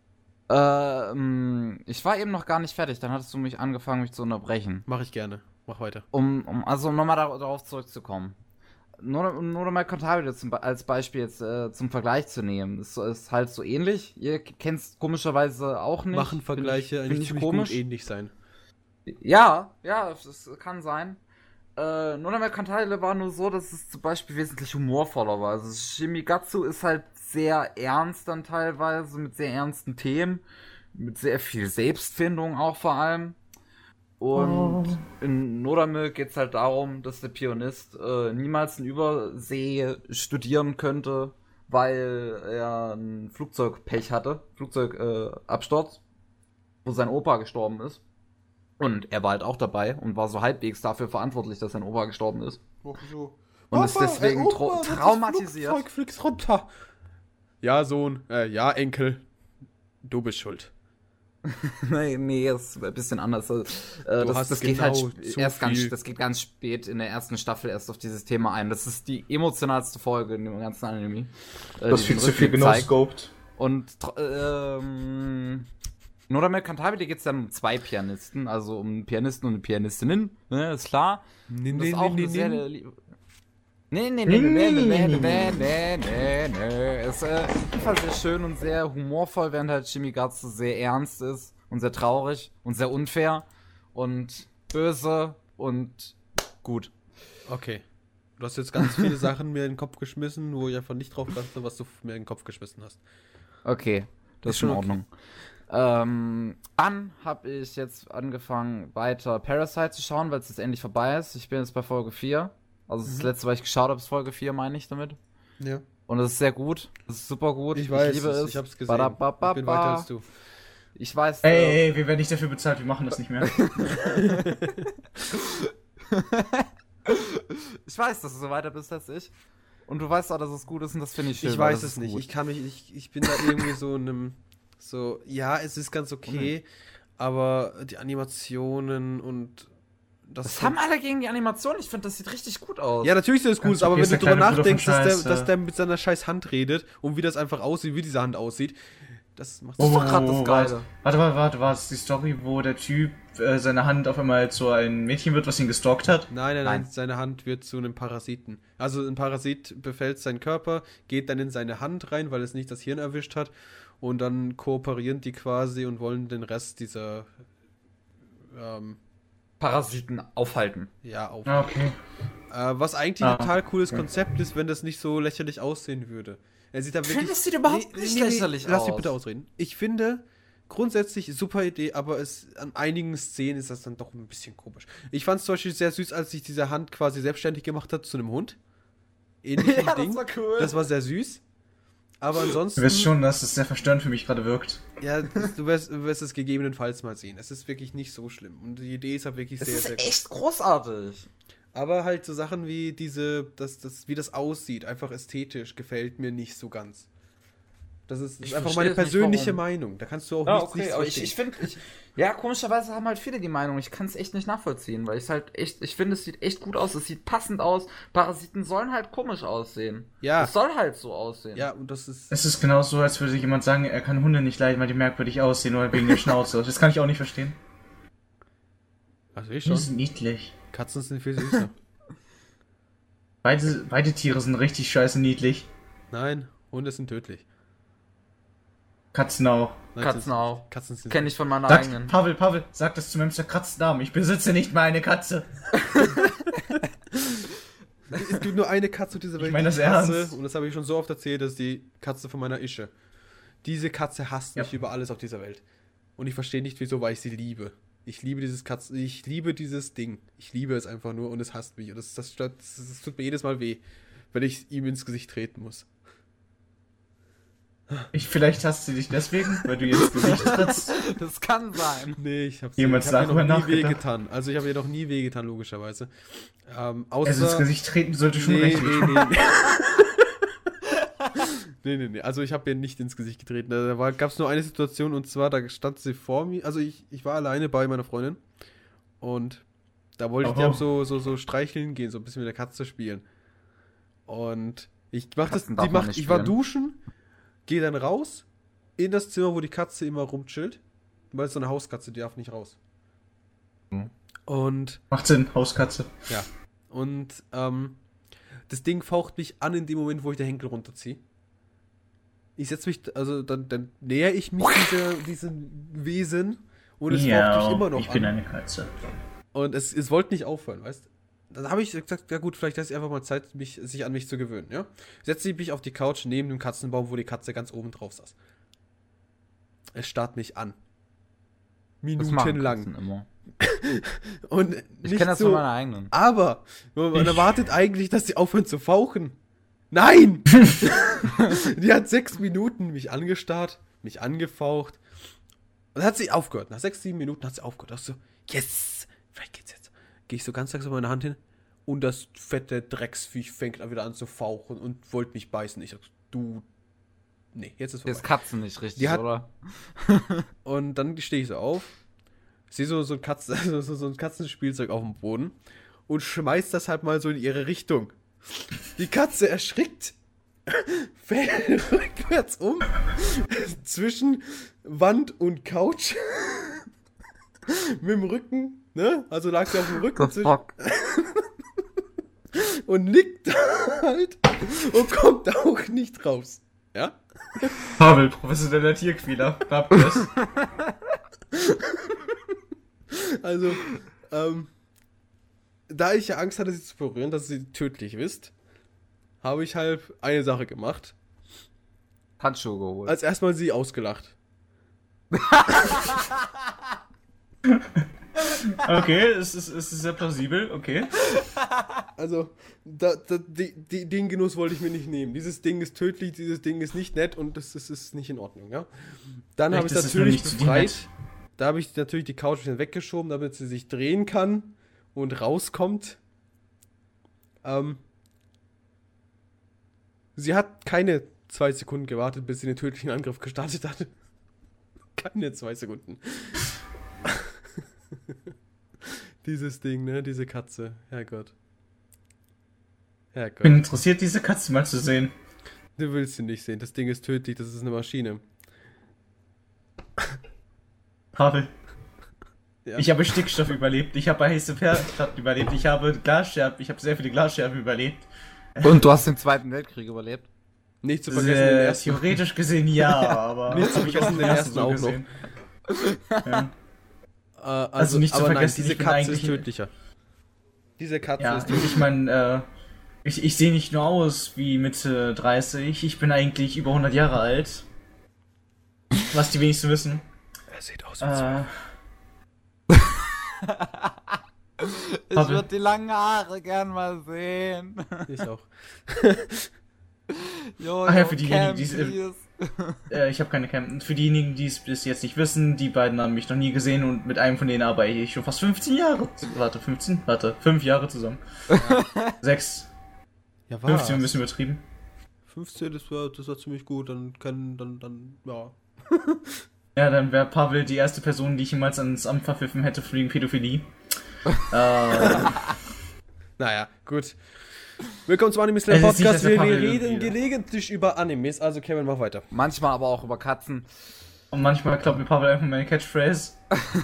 Ähm, ich war eben noch gar nicht fertig, dann hattest du mich angefangen, mich zu unterbrechen. Mach ich gerne. Mach weiter. Um, um also um nochmal da, darauf zurückzukommen. Nur, nur mal Contable zum, Be- als Beispiel jetzt äh, zum Vergleich zu nehmen. Das ist halt so ähnlich. Ihr kennt's komischerweise auch nicht. Machen Vergleiche Find ich, eigentlich find ich ziemlich komisch. gut ähnlich sein. Ja, ja, das kann sein. Äh, nur der Kantale war nur so, dass es zum Beispiel wesentlich humorvoller war. Also Shimigatsu ist halt sehr ernst dann teilweise, mit sehr ernsten Themen, mit sehr viel Selbstfindung auch vor allem. Und Oh. in Nodamilk geht es halt darum, dass der Pianist äh, niemals in Übersee studieren könnte, weil er ein Flugzeugpech hatte, Flugzeugabsturz, äh, Absturz, wo sein Opa gestorben ist. Und er war halt auch dabei und war so halbwegs dafür verantwortlich, dass sein Opa gestorben ist. So. Und ist deswegen trau- traumatisiert. Flugzeug fliegt runter. Ja, Sohn, äh, ja, Enkel, du bist schuld. nee, nee, das ist ein bisschen anders. Äh, das hast das geht genau halt sp- zu erst ganz, viel- das geht ganz spät in der ersten Staffel erst auf dieses Thema ein. Das ist die emotionalste Folge in dem ganzen Anime. Äh, Das die viel den zu viel Rückblick zeigt. genoscoped. Und tr- ähm, Nodamel Cantabile geht es dann um zwei Pianisten, also um einen Pianisten und eine Pianistinnen, ne, ist klar. Nee, Und das ist auch eine sehr... nee. li- Nee, nee, nee, nee, nee, nee, nee, nee, nee, nee. Ist äh, einfach sehr schön und sehr humorvoll, während halt Shimigatsu sehr ernst ist und sehr traurig und sehr unfair und böse und gut. Okay. Du hast jetzt ganz viele Sachen mir in den Kopf geschmissen, wo ich einfach nicht drauf dachte, was du mir in den Kopf geschmissen hast. Okay, das Ist ist in schon Ordnung. Ähm, dann habe ich jetzt angefangen, weiter Parasite zu schauen, weil es jetzt endlich vorbei ist. Ich bin jetzt bei Folge vier. Also das Mhm. letzte, was ich geschaut habe, ist Folge vier, meine ich damit. Ja. Und es ist sehr gut. Es ist super gut. Ich weiß, liebe es, es. ich hab's gesehen. Badabababa. Ich bin weiter als du. Ich weiß. Ey, äh, ey, ey, wir werden nicht dafür bezahlt, wir machen das nicht mehr. ich weiß, dass du so weiter bist als ich. Und du weißt auch, dass es gut ist und das finde ich schön. Ich weil weiß das es ist nicht. gut. Ich kann mich, ich, ich bin da irgendwie so in einem, so, ja, es ist ganz okay, aber die Animationen und das. Was haben alle gegen die Animation? Ich finde, das sieht richtig gut aus. Ja, natürlich ist das gut, Ganz aber okay, wenn ist du der drüber kleine Bruder nachdenkst, von dass der, Scheiße. dass der mit seiner scheiß Hand redet und wie das einfach aussieht, wie diese Hand aussieht, das macht Das ist Oh, doch gerade das Geile. Warte, warte, warte, war es die Story, wo der Typ äh, seine Hand auf einmal zu einem Mädchen wird, was ihn gestalkt hat? Nein, nein, nein, Nein. seine Hand wird zu einem Parasiten. Also ein Parasit befällt seinen Körper, geht dann in seine Hand rein, weil es nicht das Hirn erwischt hat. Und dann kooperieren die quasi und wollen den Rest dieser, ähm, Parasiten aufhalten. ja, auf. Ah, okay. Äh, was eigentlich Ah, ein total cooles okay. Konzept ist, wenn das nicht so lächerlich aussehen würde. Er sieht da wirklich. finde, es sieht überhaupt nicht lächerlich Lass mich aus. bitte ausreden. Ich finde, grundsätzlich super Idee, aber es an einigen Szenen ist das dann doch ein bisschen komisch. Ich fand es zum Beispiel sehr süß, als sich diese Hand quasi selbstständig gemacht hat zu einem Hund. ähnlichem Ja, Ding. das war cool. Das war sehr süß. Aber ansonsten... Du wirst schon, dass es sehr verstörend für mich gerade wirkt. Ja, das, du, wirst, du wirst es gegebenenfalls mal sehen. Es ist wirklich nicht so schlimm. Und die Idee ist halt wirklich Das sehr, ist sehr gut. echt großartig. Aber halt so Sachen wie diese, das, das, wie das aussieht, einfach ästhetisch, gefällt mir nicht so ganz. Das ist, Ich ist einfach verstehe meine es nicht, persönliche warum. Meinung. Da kannst du auch Ja, nichts, okay, nichts aber ich, verstehen. ich finde, ich, ja, komischerweise haben halt viele die Meinung, ich kann es echt nicht nachvollziehen, weil ich halt echt, ich finde, es sieht echt gut aus, es sieht passend aus, Parasiten sollen halt komisch aussehen. Ja. Es soll halt so aussehen. Ja, und das ist... Es ist genauso, als würde jemand sagen, er kann Hunde nicht leiden, weil die merkwürdig aussehen oder wegen der Schnauze. Das kann ich auch nicht verstehen. Also ich Die schon. sind niedlich. Katzen sind viel süßer. Beide, beide Tiere sind richtig scheiße niedlich. Nein, Hunde sind tödlich. Katzen auch. Nein, Katzen sind- auch. Katzen sind... Kenne ich von meiner Sag, eigenen. Pavel, Pavel, sag das zu meinem zerkratzten Arm. Ich besitze nicht mal eine Katze. Es gibt nur eine Katze auf dieser Welt. Ich meine das die Katze, ernst. und das habe ich schon so oft erzählt, das ist die Katze von meiner Ische. Diese Katze hasst Ja. mich über alles auf dieser Welt. Und ich verstehe nicht wieso, weil ich sie liebe. Ich liebe dieses Katzen, ich liebe dieses Ding. Ich liebe es einfach nur und es hasst mich. Und das, das, stört, das, das tut mir jedes Mal weh, wenn ich ihm ins Gesicht treten muss. Ich, vielleicht hast du dich deswegen, weil du jetzt Gesicht trittst. Das kann sein. Nee, ich habe Jemals ich hab ihr darüber noch nie nachgedacht? wehgetan. Also ich habe ihr noch nie wehgetan, logischerweise. Ähm, außer... Also ins Gesicht treten sollte schon nee, recht nee, wehtun. nee, nee. Nee, nee, nee. Also ich habe ihr nicht ins Gesicht getreten. Da gab es nur eine Situation und zwar, da stand sie vor mir. Also ich, ich war alleine bei meiner Freundin und da wollte ich die Oh. auch so, so, so streicheln gehen, so ein bisschen mit der Katze spielen. Und ich mach das, Katzen die darf man macht, nicht ich war spielen. duschen, gehe dann raus in das Zimmer, wo die Katze immer rumchillt. Weil es so eine Hauskatze, die darf nicht raus. Mhm. Und Macht Sinn, Hauskatze. ja. Und ähm, das Ding faucht mich an in dem Moment, wo ich den Henkel runterziehe. Ich setze mich, also dann, dann näher ich mich dieser, diesem Wesen und es faucht mich immer noch ich bin an. eine Katze. Und es, es wollte nicht aufhören, weißt du? Dann habe ich gesagt, ja gut, vielleicht ist es einfach mal Zeit, mich, sich an mich zu gewöhnen, ja? Setze ich mich auf die Couch neben dem Katzenbaum, wo die Katze ganz oben drauf saß. Es starrt mich an. Das machen Minutenlang. Katzen immer. Und Ich nicht kenne das so, von meiner eigenen. aber man Ich- erwartet eigentlich, dass sie aufhören zu fauchen. Nein! Die hat sechs Minuten mich angestarrt, mich angefaucht. Und dann hat sie aufgehört. Nach sechs, sieben Minuten hat sie aufgehört. Da dachte ich so, yes, vielleicht geht's jetzt. Gehe ich so ganz langsam meine Hand hin und das fette Drecksviech fängt dann wieder an zu fauchen und wollte mich beißen. Ich sag, du, nee, jetzt ist vorbei. Jetzt Katzen nicht richtig, Die hat- oder? Und dann stehe ich so auf, sehe so, so, ein Katzen, so, so, so ein Katzenspielzeug auf dem Boden und schmeiß das halt mal so in ihre Richtung. Die Katze erschrickt, fällt rückwärts um, zwischen Wand und Couch, mit dem Rücken, ne? Also lag sie auf dem Rücken The zwischen, fuck? und nickt halt und kommt auch nicht raus. Ja? Pavel, professioneller Tierquäler. Habt ihr das? Also, ähm, da ich ja Angst hatte, sie zu berühren, dass sie tödlich ist, habe ich halt eine Sache gemacht. Handschuhe geholt. Als erstmal sie ausgelacht. Okay, es ist, es ist sehr plausibel, okay. Also, da, da, die, die, den Genuss wollte ich mir nicht nehmen. Dieses Ding ist tödlich, dieses Ding ist nicht nett und das, das ist nicht in Ordnung, ja. Dann habe ich Vielleicht ist es nur natürlich nicht so befreit. nett. Da habe ich natürlich die Couch wieder weggeschoben, damit sie sich drehen kann und rauskommt. Ähm, sie hat keine zwei Sekunden gewartet, bis sie den tödlichen Angriff gestartet hat. Keine zwei Sekunden. Dieses Ding, ne? Diese Katze. Herrgott. Herrgott. Bin interessiert, diese Katze mal zu sehen. Du willst sie nicht sehen. Das Ding ist tödlich, das ist eine Maschine. Pavel. Ja. Ich habe Stickstoff überlebt, ich habe bei heiße Pferdplatten überlebt, ich habe Glasscherben, ich habe sehr viele Glasscherben überlebt. Und du hast den Zweiten Weltkrieg überlebt. Nicht zu vergessen, den Äh, ersten. theoretisch gesehen ja, aber Nicht zu hab ich vergessen, den ersten auch noch. gesehen. Ja. Äh, also, Also nicht zu aber vergessen, nein, diese ich bin Katze eigentlich- ist tödlicher. Diese Katze Ja, ist tödlicher. ich meine, äh, ich, ich sehe nicht nur aus wie Mitte dreißig, ich bin eigentlich über hundert Jahre alt. Was die wenigsten wissen. Er sieht aus wie Äh, Ich Pavel. würde die langen Haare gern mal sehen. Ich auch. Jo, Ach ja, jo, für diejenigen, die es- Campies. Äh, ich habe keine Cam. Für diejenigen, die es bis jetzt nicht wissen, die beiden haben mich noch nie gesehen und mit einem von denen arbeite ich schon fast fünfzehn Jahre. Warte, fünfzehn? Warte, fünf Jahre zusammen. Sechs. Ja, fünfzehn ein bisschen übertrieben. fünfzehn, das war, das war ziemlich gut, dann können, dann, dann, ja. Ja, dann wäre Pavel die erste Person, die ich jemals ans Amt verpfiffen hätte für wegen Pädophilie. äh, Naja, gut. Willkommen zum Anime Es Slam ist nicht, Podcast. dass der Wir, wir Pavel reden irgendwie- gelegentlich über Animes, also Kevin, mach weiter. Manchmal aber auch über Katzen. und manchmal glaubt mir Pavel einfach meine Catchphrase.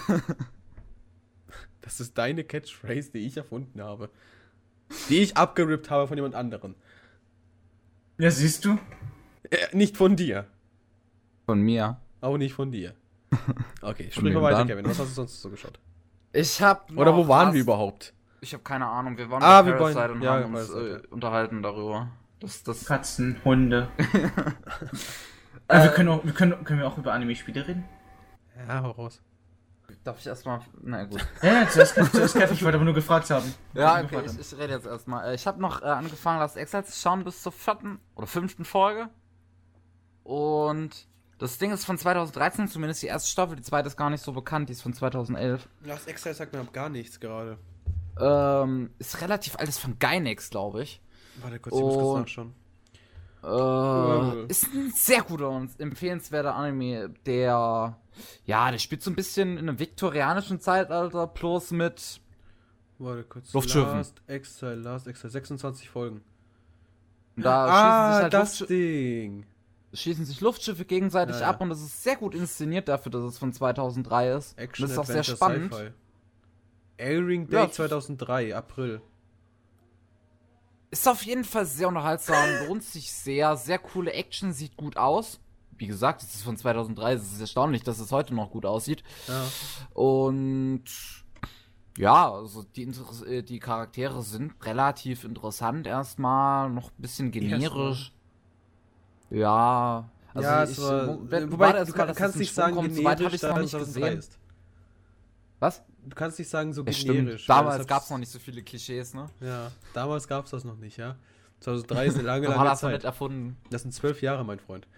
Das ist deine Catchphrase, die ich erfunden habe. Die ich abgerippt habe von jemand anderem. Ja, siehst du? Äh, nicht von dir. Von mir. Auch nicht von dir. Okay, Von sprich mal wem weiter, dann? Kevin. Was hast du sonst so geschaut? Ich hab. Oder noch wo waren was- wir überhaupt? Ich habe keine Ahnung. Wir waren Ah, bei wir waren- Parasite und ja, haben uns Parasite, äh, unterhalten darüber. Das, das. Katzen, Hunde. äh, wir können auch, wir können, können wir auch über Anime-Spiele reden? Ja, hau raus. Darf ich erstmal. Na gut. Ja, ja, zuerst, zuerst Kevin, ich wollte aber nur gefragt haben. Ja, Nur okay, gefragt ich, ich rede jetzt erstmal. Äh, Ich habe noch äh, angefangen, Last Exile zu schauen bis zur vierten oder fünften Folge. Und das Ding ist von zweitausenddreizehn, zumindest die erste Staffel. Die zweite ist gar nicht so bekannt, die ist von zweitausendelf. Last Exile sagt mir gar nichts gerade. Ähm, ist relativ altes von Gainax, glaube ich. Warte kurz, ich muss kurz Und- nachschauen. Äh, ist ein sehr guter und empfehlenswerter Anime, der, ja, der spielt so ein bisschen in einem viktorianischen Zeitalter plus mit, Warte kurz. Luftschiffen. Last Exile, Last Exile, sechsundzwanzig Folgen. da ah, schießen sich halt das Luftsch- Ding. schießen sich Luftschiffe gegenseitig Ja, ja. ab und es ist sehr gut inszeniert dafür, dass es von zweitausenddrei ist. Action, und das ist auch sehr Adventure, spannend. Sci-Fi. Airing Ja. Date zweitausenddrei, April. Ist auf jeden Fall sehr unterhaltsam, lohnt sich sehr, sehr coole Action, sieht gut aus. Wie gesagt, es ist von zweitausenddrei, es ist erstaunlich, dass es heute noch gut aussieht. Ja. Und ja, also die, Inter- äh, die Charaktere sind relativ interessant erstmal, noch ein bisschen generisch. Ja, also ja, ich, es war, wo- wenn- wobei, warte du erst mal, kann, dass es kannst in nicht Schwung sagen kommt, so weit hab generisch, ich's noch da nicht zweitausenddrei gesehen. ist. Was? Du kannst nicht sagen so Ja, generisch. stimmt. weil Damals das gab es hab's- noch nicht so viele Klischees, ne? Ja, damals gab es das noch nicht, ja. zweitausenddrei ist eine lange, Da war lange das noch nicht Zeit. erfunden. Das sind zwölf Jahre, mein Freund.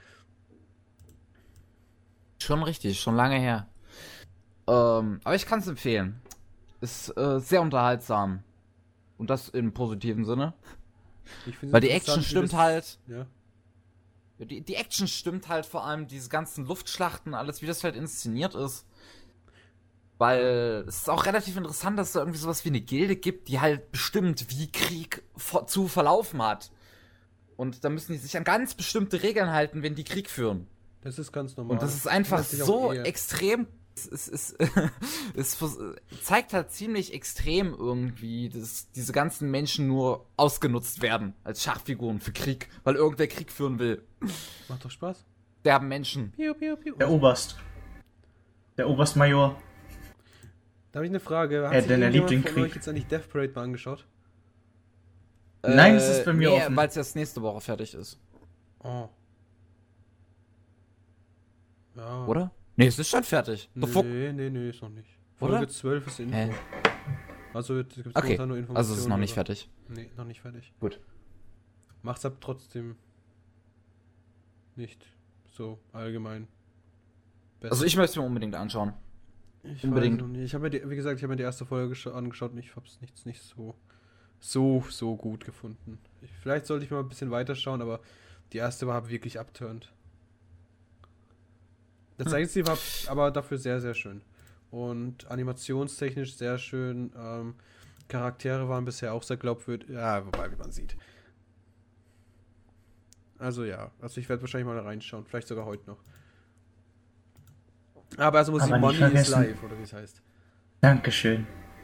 Schon richtig, schon lange her. Ähm, aber ich kann es empfehlen. Ist äh, sehr unterhaltsam. Und das im positiven Sinne. Ich find's Weil die interessant, Action wie stimmt das- halt. Ja. Ja, Die, die Action stimmt halt vor allem, diese ganzen Luftschlachten, alles, wie das halt inszeniert ist. Weil es ist auch relativ interessant, dass es da irgendwie sowas wie eine Gilde gibt, die halt bestimmt, wie Krieg vor, zu verlaufen hat. Und da müssen die sich an ganz bestimmte Regeln halten, wenn die Krieg führen. Das ist ganz normal. Und das ist einfach Nennt sich auch so Ehe. extrem. Es, es, es, es vers- zeigt halt ziemlich extrem irgendwie, dass diese ganzen Menschen nur ausgenutzt werden als Schachfiguren für Krieg, weil irgendwer Krieg führen will. Macht doch Spaß. Sterben Menschen. Piu, piu, piu. Der Oberst. Der Oberstmajor. Da habe ich eine Frage. Hat Äh, sich denn er liebt irgendjemand den von Krieg. euch jetzt eigentlich Death Parade mal angeschaut? Nein, es ist bei mir offen. weil es erst nächste Woche fertig ist. Oh. Ja. Oder? Nee, es ist schon fertig. Bevor- Nee, nee, nee, ist noch nicht. Oder? Folge zwölf ist Info. Hä? Also jetzt gibt's Okay, momentan nur Informationen. also es ist noch nicht aber- fertig. Nee, noch nicht fertig. Gut. Macht's ab trotzdem nicht so allgemein besser. Also ich möchte es mir unbedingt anschauen. Ich unbedingt. weiß noch nicht. Ich habe mir die, wie gesagt, ich habe mir die erste Folge gescha- angeschaut und ich hab's nichts nicht so so so gut gefunden. Ich, vielleicht sollte ich mal ein bisschen weiterschauen, aber die erste war wirklich abturnt. Das einzige war aber dafür sehr sehr schön und animationstechnisch sehr schön. Ähm, Charaktere waren bisher auch sehr glaubwürdig. Ja, wobei wie man sieht. Also ja, also ich werde wahrscheinlich mal reinschauen, vielleicht sogar heute noch. Aber also muss Aber ich nicht Money is vergessen. live, oder wie es heißt. Dankeschön.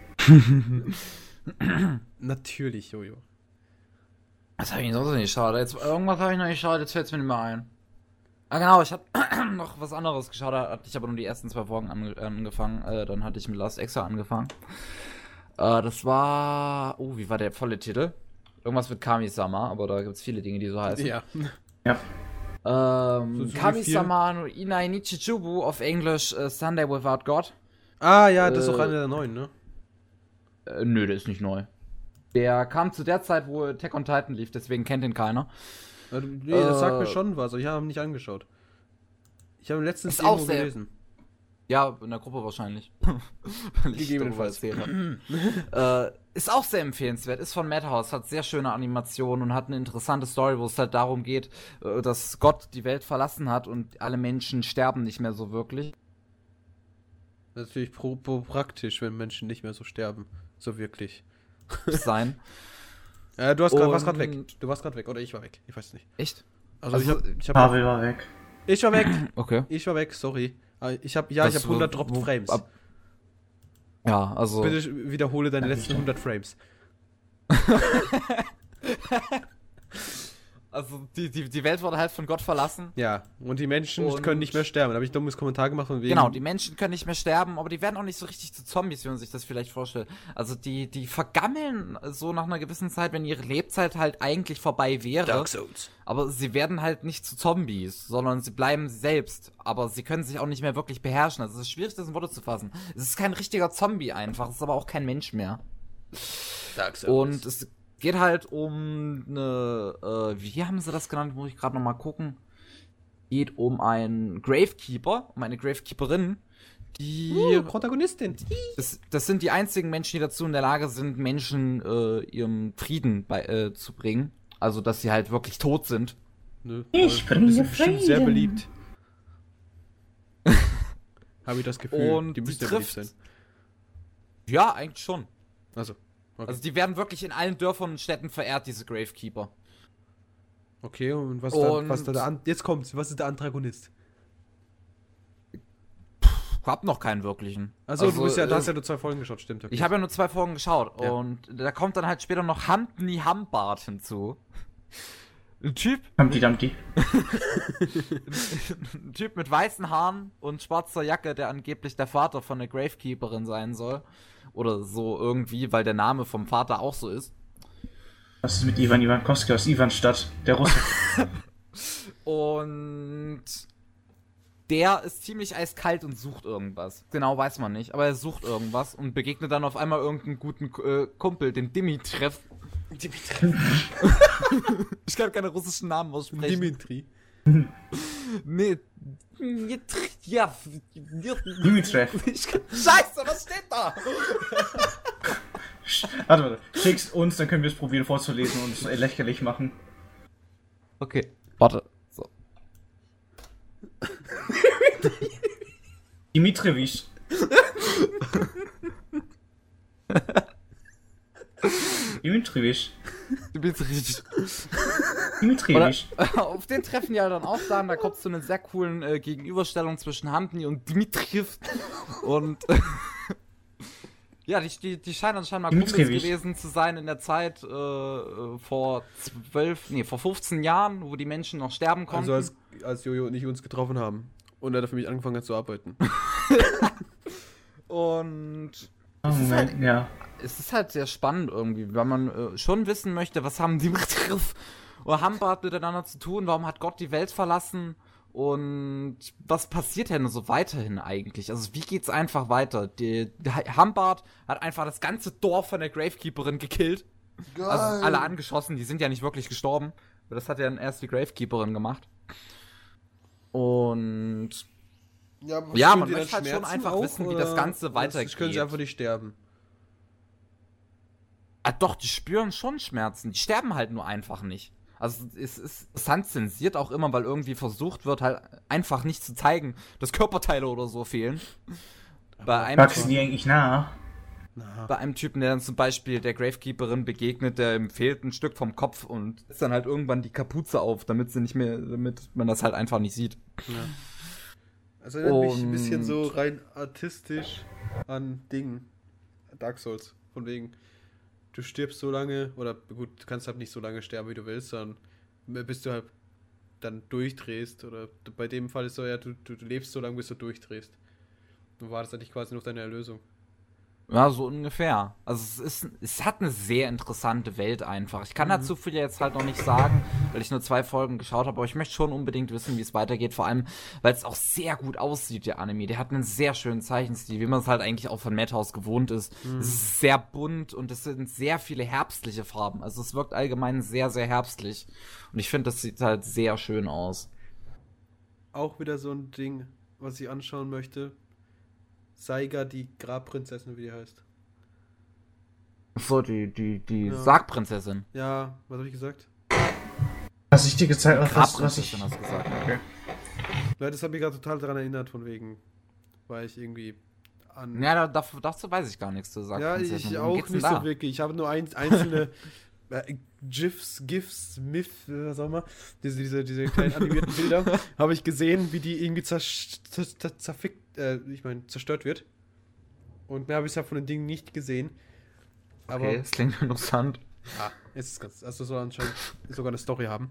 Natürlich, Jojo. Was habe ich denn sonst noch nicht geschaut? Jetzt, irgendwas habe ich noch nicht geschaut, jetzt fällt es mir nicht mehr ein. Ah genau, ich habe noch was anderes geschaut, da hatte ich aber nur die ersten zwei Folgen ange angefangen. Äh, dann hatte ich mit Last Exile angefangen. Äh, das war... Oh, wie war der volle Titel? Irgendwas mit Kami-sama, aber da gibt es viele Dinge, die so heißen. Ja. Ja. Ähm, So- so wie Kami-sama no Inai Nichijubu, auf Englisch äh, Sunday Without God. Ah, ja, das ist Äh, auch einer der neuen, ne? Äh, nö, der ist nicht neu. Der kam zu der Zeit, wo Attack on Titan lief, deswegen kennt ihn keiner. Also, nee, das sagt mir Äh, schon was, aber ich habe ihn nicht angeschaut. Ich habe ihn letztens Ist auch irgendwo sehr- gelesen. Ja, in der Gruppe wahrscheinlich. Weil ich Gegebenenfalls. darüber erzählt habe. äh, ist auch sehr empfehlenswert, ist von Madhouse, hat sehr schöne Animationen und hat eine interessante Story, wo es halt darum geht, äh, dass Gott die Welt verlassen hat und alle Menschen sterben nicht mehr so wirklich. Natürlich pro, pro praktisch, wenn Menschen nicht mehr so sterben. So wirklich. Sein. Äh, du hast grad, warst gerade Und- weg. Du warst gerade weg, oder ich war weg. Ich weiß nicht. Echt? Also, Also, ich hab, ich hab Pavel war weg. Ich war weg. Okay. Ich war weg, sorry. Aber Ich hab, ja, ich Das habe hundert wo- Dropped wo- Frames. ab- Ja, also. Bitte sch- wiederhole deine Ja, letzten bitte. hundert Frames. Also die, die, die Welt wurde halt von Gott verlassen. Ja, und die Menschen Und- können nicht mehr sterben. Da habe ich ein dummes Kommentar gemacht von wegen. Genau, die Menschen können nicht mehr sterben, aber die werden auch nicht so richtig zu Zombies, wie man sich das vielleicht vorstellt. Also die, die vergammeln so nach einer gewissen Zeit, wenn ihre Lebzeit halt eigentlich vorbei wäre. Dark Souls. Aber sie werden halt nicht zu Zombies, sondern sie bleiben sie selbst. Aber sie können sich auch nicht mehr wirklich beherrschen. Also es ist schwierig, das in Worte zu fassen. Es ist kein richtiger Zombie einfach, es ist aber auch kein Mensch mehr. Dark Und es geht halt um eine, äh, wie haben sie das genannt, muss ich gerade nochmal gucken. Geht um einen Gravekeeper, um eine Gravekeeperin, die, Uh, Protagonistin. das, das sind die einzigen Menschen, die dazu in der Lage sind, Menschen äh, ihrem Frieden bei, äh, zu bringen. Also, dass sie halt wirklich tot sind. Nö, Ich voll. bringe Die sind bestimmt sehr Frieden. beliebt. Habe ich das Gefühl. Und die die müssten ja beliebt trifft- sein. Ja, eigentlich schon. Also, okay. Also, die werden wirklich in allen Dörfern und Städten verehrt, diese Gravekeeper. okay, und was, Und- da, was da der An jetzt kommt's, was ist der Antagonist? Hab noch keinen wirklichen. Also, du bist ja, äh, da hast ja nur zwei Folgen geschaut, stimmt. Okay. Ich habe ja nur zwei Folgen geschaut Ja. und da kommt dann halt später noch Humpty Humbart hinzu. Ein Typ, Humpty Dumpty. ein Typ mit weißen Haaren und schwarzer Jacke, der angeblich der Vater von der Gravekeeperin sein soll. Oder so irgendwie, weil der Name vom Vater auch so ist. Was ist mit Ivan Ivankowski aus Ivanstadt? Der Russe. Und der ist ziemlich eiskalt und sucht irgendwas. Genau weiß man nicht, aber er sucht irgendwas und begegnet dann auf einmal irgendeinen guten äh, Kumpel, den Dimitrev. Dimitri. Ich kann keine russischen Namen aussprechen. Dimitri. Nee. Dimitri- Ja. Dimitrev. Ich kann, Scheiße, was steht da? Warte, warte. Schick's uns, dann können wir es probieren vorzulesen und es lächerlich machen. Okay. Warte. So. Dimitrievich. Dimitrievich. Dimitri. Dimitrievich. Auf den treffen die halt dann auch da und da kommt es zu einer sehr coolen äh, Gegenüberstellung zwischen Humpty und Dimitriv. Und ja, die, die, die scheinen anscheinend mal Kumpels Dimitrievich. gewesen zu sein in der Zeit äh, äh, vor zwölf, nee, vor fünfzehn Jahren, wo die Menschen noch sterben konnten. Also, als, als Jojo und ich uns getroffen haben. Und er für mich angefangen hat zu arbeiten. Und Oh, Moment, ja. es ist halt sehr spannend irgendwie, weil man äh, schon wissen möchte, was haben Dimitriv oder Humbart miteinander zu tun, warum hat Gott die Welt verlassen und was passiert denn so weiterhin eigentlich? Also wie geht's einfach weiter? Die, die Humbart hat einfach das ganze Dorf von der Gravekeeperin gekillt. Also alle angeschossen, die sind ja nicht wirklich gestorben. Das hat ja dann erst die Gravekeeperin gemacht. Und Ja, aber Ja, spürt man ihr möchte dann halt schon Schmerzen einfach auch, wissen, wie oder- das Ganze oder weitergeht. Können sie einfach nicht sterben. ah, doch, die spüren schon Schmerzen. Die sterben halt nur einfach nicht. Also es ist interessant zensiert auch immer, weil irgendwie versucht wird, halt einfach nicht zu zeigen, dass Körperteile oder so fehlen. Bei einem, Wachsen die eigentlich nach? Na. bei einem Typen, der dann zum Beispiel der Gravekeeperin begegnet, der ihm fehlt ein Stück vom Kopf und setzt dann halt irgendwann die Kapuze auf, damit sie nicht mehr, damit man das halt einfach nicht sieht. Ja. Also erinnert mich ein Und- bisschen so rein artistisch an Dingen. Dark Souls. Von wegen, du stirbst so lange, oder gut, du kannst halt nicht so lange sterben, wie du willst, sondern bis du halt dann durchdrehst. Oder du- bei dem Fall ist so, ja, du, du, du lebst so lange, bis du durchdrehst. Du wartest eigentlich quasi noch deine Erlösung. Ja, so ungefähr. Also es ist, es hat eine sehr interessante Welt einfach. Ich kann Mhm. dazu viel jetzt halt noch nicht sagen, weil ich nur zwei Folgen geschaut habe, aber ich möchte schon unbedingt wissen, wie es weitergeht. Vor allem, weil es auch sehr gut aussieht, der Anime. Der hat einen sehr schönen Zeichenstil, wie man es halt eigentlich auch von Madhouse gewohnt ist. Mhm. Es ist sehr bunt und es sind sehr viele herbstliche Farben. Also es wirkt allgemein sehr, sehr herbstlich. Und ich finde, das sieht halt sehr schön aus. Auch wieder so ein Ding, was ich anschauen möchte. Saiga, die Grabprinzessin, wie die heißt. So, die, die, die Ja. Sargprinzessin. Ja, was habe ich gesagt? Was ich dir gezeigt habe, was, was ich. Grabprinzessin hast du gesagt. Okay. Weil das hat mich gerade total daran erinnert, von wegen, weil ich irgendwie an... Ja, da, dazu, dazu weiß ich gar nichts zu sagen. Ja, ich auch nicht so wirklich. Ich habe nur ein, einzelne äh, GIFs, GIFs, MIF, was auch immer, diese, diese, diese kleinen animierten Bilder, habe ich gesehen, wie die irgendwie zersch- zer- zer- zerfickt, äh, ich meine, zerstört wird. Und mehr habe ich ja von den Dingen nicht gesehen. Aber Okay, das klingt interessant. ja, es ist ganz, also soll anscheinend sogar eine Story haben.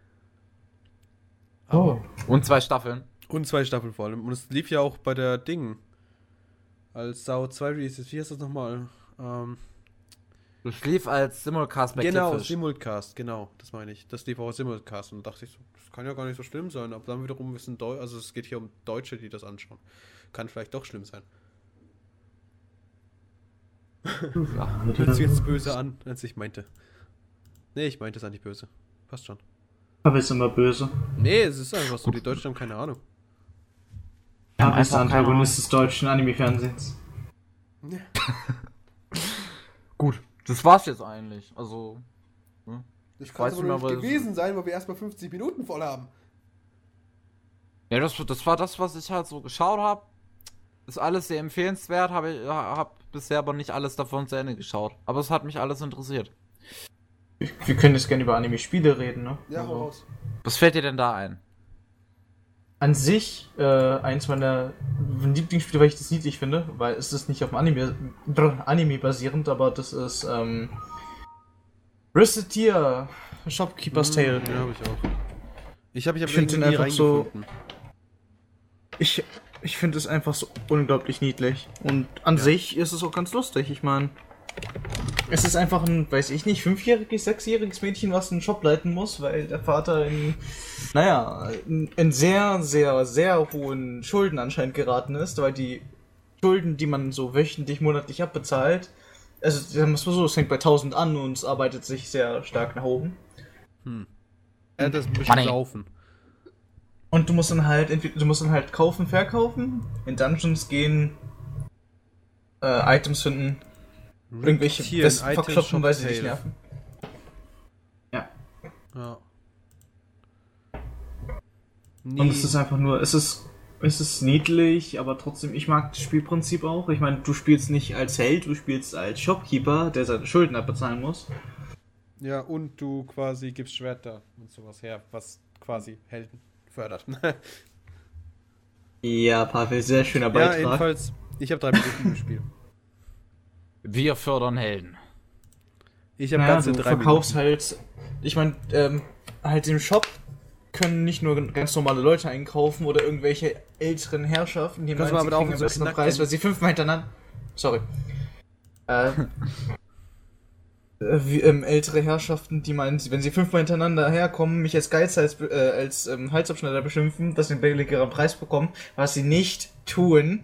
Oh. Und zwei Staffeln. Und zwei Staffeln vor allem. Und es lief ja auch bei der Ding. Als Sao zwei Release ist. Wie heißt das nochmal? Ähm, Das lief als Simulcast bei genau, Clipfish. Simulcast, genau, das meine ich. Das lief auch als Simulcast. Und da dachte ich so, das kann ja gar nicht so schlimm sein. Aber dann wiederum wissen Deu also es geht hier um Deutsche, die das anschauen. Kann vielleicht doch schlimm sein. Ja. Hört sich jetzt böse an, als ich meinte. Nee, ich meinte es eigentlich böse. Passt schon. Aber ist immer böse. Nee, es ist einfach so, die Deutschen haben keine Ahnung. Ja, einfach ist der keine Antagonist des deutschen Anime-Fernsehens. Gut, das war's jetzt eigentlich. Also, Das kann aber nicht gewesen sein, weil wir erstmal fünfzig Minuten voll haben. ja, das, das war das, was ich halt so geschaut habe. Ist alles sehr empfehlenswert, habe ich hab bisher aber nicht alles davon zu Ende geschaut. Aber es hat mich alles interessiert. Wir können jetzt gerne über Anime-Spiele reden, ne? Ja, Also, hau raus. Was fällt dir denn da ein? An sich, äh, eins meiner Lieblingsspiele, weil ich das niedlich finde, weil es ist nicht auf dem Anime, brr, Anime basierend, aber das ist, ähm, Reciteer, Shopkeeper's Tale. Ja, habe ich auch. Ich habe ich hab Ich find den irgendwie einfach so- reingefunden. Ich, ich finde es einfach so unglaublich niedlich. Und an Ja. sich ist es auch ganz lustig. Ich meine, es ist einfach ein, weiß ich nicht, fünfjähriges, sechsjähriges Mädchen, was einen Shop leiten muss, weil der Vater in, naja, in, in sehr, sehr, sehr hohen Schulden anscheinend geraten ist, weil die Schulden, die man so wöchentlich, monatlich abbezahlt, also sagen wir es mal so, es fängt bei tausend an und es arbeitet sich sehr stark nach oben. Er hat das ein bisschen Money. laufen. Und du musst dann halt, entweder du musst dann halt kaufen, verkaufen, in Dungeons gehen, äh, Items finden, irgendwelche Hier, Westen ein Item verkloppen, weil sie Shop dich Sale. nerven. Ja. Ja. Und es ist einfach nur, es ist, es ist niedlich, aber trotzdem, ich mag das Spielprinzip auch. Ich meine, du spielst nicht als Held, du spielst als Shopkeeper, der seine Schulden abbezahlen muss. Ja, und du quasi gibst Schwerter und sowas her, was quasi Helden fördert. Ja, Pavel, sehr schöner Ja, Beitrag. jedenfalls, ich habe drei Minuten gespielt. Wir fördern Helden. Ich habe naja, ganze du drei verkaufst Minuten. halt, ich meine, ähm, halt im Shop können nicht nur ganz normale Leute einkaufen oder irgendwelche älteren Herrschaften, die Kannst meinen, du sie aber kriegen auch einen so besseren knacken. Preis, weil sie fünfmal hintereinander... Sorry. Äh, äh, wie, ähm, ältere Herrschaften, die meinen, wenn sie fünfmal hintereinander herkommen, mich als Geiz als, äh, als ähm, Halsabschneider beschimpfen, dass sie einen billigeren Preis bekommen, was sie nicht tun.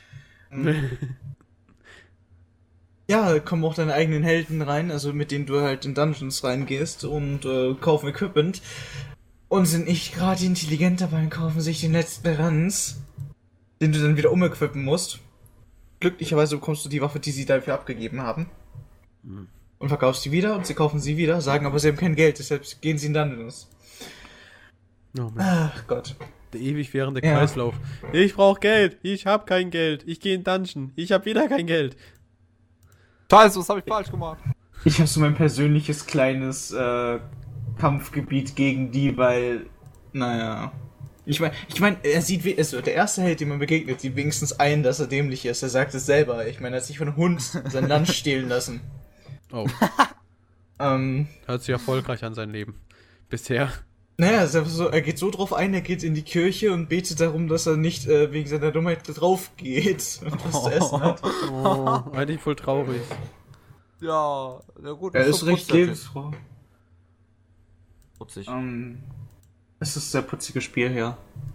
Ja, kommen auch deine eigenen Helden rein, also mit denen du halt in Dungeons reingehst und äh, kaufen Equipment. Und sind nicht gerade intelligent dabei und kaufen sich den letzten Ranz, den du dann wieder umequippen musst. Glücklicherweise bekommst du die Waffe, die sie dafür abgegeben haben. Mhm. Und verkaufst die wieder und sie kaufen sie wieder, sagen aber, sie haben kein Geld, deshalb gehen sie in Dungeons. Oh Mann, Ach Gott. der ewig währende Ja. Kreislauf. Ich brauche Geld, ich habe kein Geld, ich gehe in Dungeon, ich habe wieder kein Geld. Scheiße, was habe ich falsch gemacht? Ich habe so mein persönliches kleines äh, Kampfgebiet gegen die, weil, naja. Ich meine, ich mein, er sieht, we- also der erste Held, dem man begegnet, sieht wenigstens ein, dass er dämlich ist. Er sagt es selber. Ich meine, er hat sich von einem Hund sein Land stehlen lassen. Oh, Ähm, hört sich erfolgreich an sein Leben. Bisher. Naja, es ist einfach so, er geht so drauf ein, er geht in die Kirche und betet darum, dass er nicht äh, wegen seiner Dummheit drauf geht und was zu essen hat. Oh, eigentlich voll traurig. Ja, na gut. Er das ist schon recht putzig. lebensfroh. Putzig. Ähm, es ist ein sehr putziges Spiel, ja.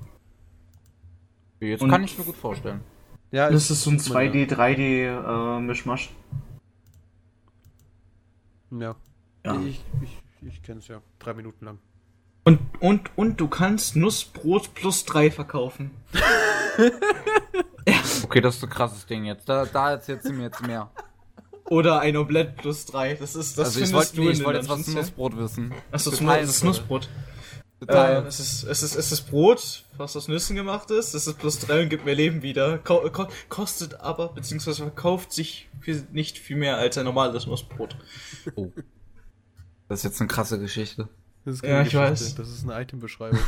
Jetzt und- kann ich mir gut vorstellen. Ja, Das ist so ein sieht man zwei D, drei D äh, Mischmasch. Ja. Ja. Ich, ich, ich kenn's ja. Drei Minuten lang. Und, und, und du kannst Nussbrot plus drei verkaufen. Okay, das ist ein krasses Ding jetzt. Da, da erzählst du mir jetzt mehr. Oder ein Omelette plus drei. Das ist, das also ich findest wollte du nee, in ich den wollte jetzt was Dungeons, zum ja? Nussbrot wissen. Achso, das, Details, das ist bitte. Nussbrot. Äh, Details. es, ist, es, ist, es ist Brot, was aus Nüssen gemacht ist. Es ist plus drei und gibt mir Leben wieder. Ko ko kostet aber, beziehungsweise verkauft sich für, nicht viel mehr als ein normales Nussbrot. Oh. Das ist jetzt eine krasse Geschichte. Das ist Ja, ich weiß. Das ist eine Itembeschreibung.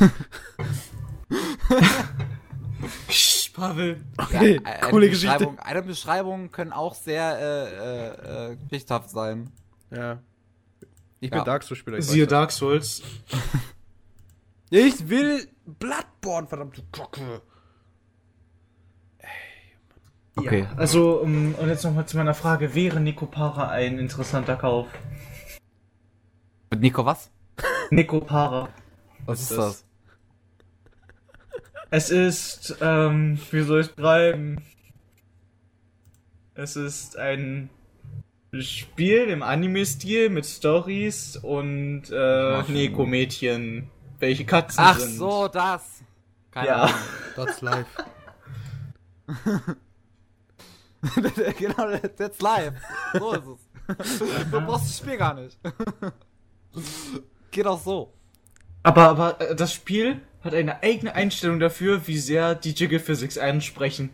Psst, Pavel. Okay, Ja, coole eine Geschichte. Beschreibung, eine Beschreibungen können auch sehr äh, äh, äh, geschichthaft sein. Ja. Ich Ja. bin Dark Souls-Spieler. ich Siehe weiß das. Dark Souls. Ich will Bloodborne, verdammte Kacke. Okay. Ja, also, um, und jetzt nochmal zu meiner Frage. Wäre Necopara ein interessanter Kauf? Mit Nico was? Necopara. Was ist ist das? das? Es ist, ähm, wie soll ich es beschreiben? Es ist ein Spiel im Anime-Stil mit Stories und äh, Ach, Neko-Mädchen, welche Katzen Ach sind. so, das. Keine Ja. Ahnung. That's life. Genau, that's live. So ist es. Du brauchst das Spiel gar nicht. Geht auch so. Aber, aber äh, das Spiel hat eine eigene Einstellung dafür, wie sehr die Jiggle Physics ansprechen.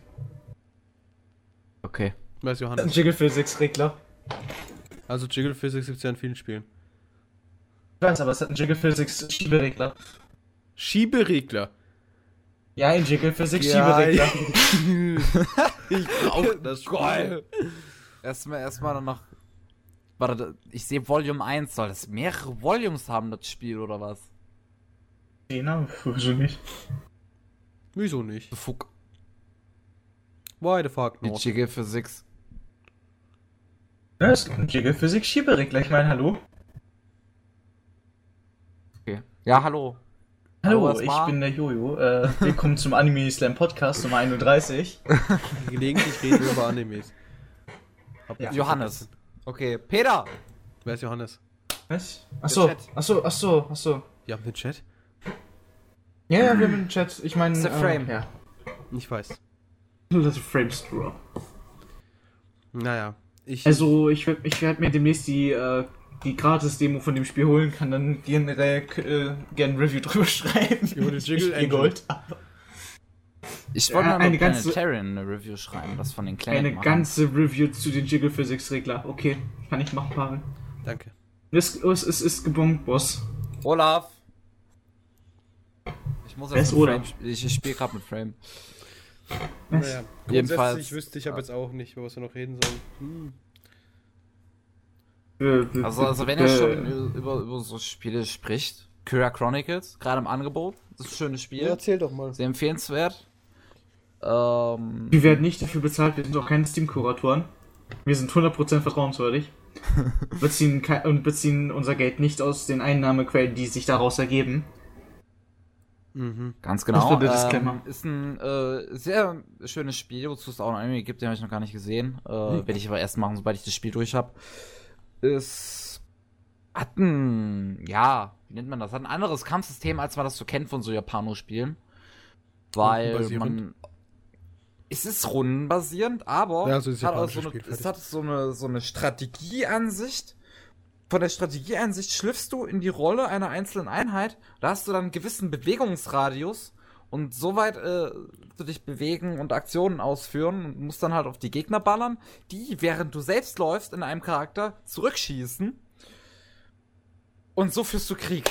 Okay. Weiß Johannes. Jiggle Physics Regler. Also Jiggle Physics gibt es ja in vielen Spielen. Ich weiß, aber es hat einen Jiggle Physics Schieberegler. Schieberegler. Ja, ein Jiggle Physics Ja, Schieberegler. Ich brauche das Spiel. Geil. Erstmal, erstmal noch. Warte, ich sehe Volume eins. Soll das mehrere Volumes haben, das Spiel, oder was? Genau, wieso nicht? Wieso nicht? The fuck? Why the fuck Die not? Jiggle Physics. Ja, es gibt einen Jiggle Physics Schieberegler. Ich meine, hallo? Okay. Ja, hallo. Hallo, Hallo, ich erstmal. bin der Jojo. Äh, willkommen zum Anime Slam Podcast Nummer einunddreißig. Gelegentlich reden wir über Animes. Hab Ja. ich Johannes. vergessen. Okay, Peter. Wer ist Johannes? Was? Achso, Chat. achso, achso, achso. Ja, mit Chat? Ja, ja, wir haben einen Chat. Ich meine, It's a frame. Äh, ja. Ich weiß. Little Frames Draw. Naja. Ich, Also, ich werde ich werd mir demnächst die, äh, die Gratis-Demo von dem Spiel holen, kann dann generell äh, gerne ein Review drüber schreiben. Über die Jiggle Ich Engine. Gold. Ich wollte Ja, mal eine über ganze- Planetarian eine Review schreiben, das von den kleinen Eine ganze Review zu den Jiggle Physics Regler. Okay, kann ich machen, Pavel. Danke. Es, es, es ist gebombt, Boss. Olaf. Ich muss Wer jetzt ist mit Frame Olaf? spielen. Ich, ich spiele gerade mit Frame. Naja. Jedenfalls- Ich wüsste ich habe jetzt auch nicht, über was wir noch reden sollen. Hm. Äh, Also, also wenn äh, er schon über, über so Spiele spricht, Kyra Chronicles, gerade im Angebot. Das ist ein schönes Spiel. erzähl doch mal. Sehr empfehlenswert. Ähm, Wir werden nicht dafür bezahlt, wir sind auch keine Steam-Kuratoren. Wir sind hundert Prozent vertrauenswürdig. beziehen kei- und beziehen unser Geld nicht aus den Einnahmequellen, die sich daraus ergeben. Mhm. Ganz Das genau. war der Disclaimer. Ähm, ist ein äh, sehr schönes Spiel, wozu es auch ein Anime gibt, den habe ich noch gar nicht gesehen. Äh, Werde ich aber erst machen, sobald ich das Spiel durch habe. Es hat ein, ja, wie nennt man das? Hat ein anderes Kampfsystem, als man das so kennt von so Japano-Spielen. Weil Rundenbasierend? man. Es ist rundenbasierend, aber Ja, so ist es, hat auch japanisches so eine, Spiel, es fertig. hat so eine, so eine Strategieansicht. Von der Strategieansicht schlüpfst du in die Rolle einer einzelnen Einheit. Da hast du dann einen gewissen Bewegungsradius und soweit äh, du dich bewegen und Aktionen ausführen und musst dann halt auf die Gegner ballern, die, während du selbst läufst, in einem Charakter zurückschießen. Und so führst du Krieg.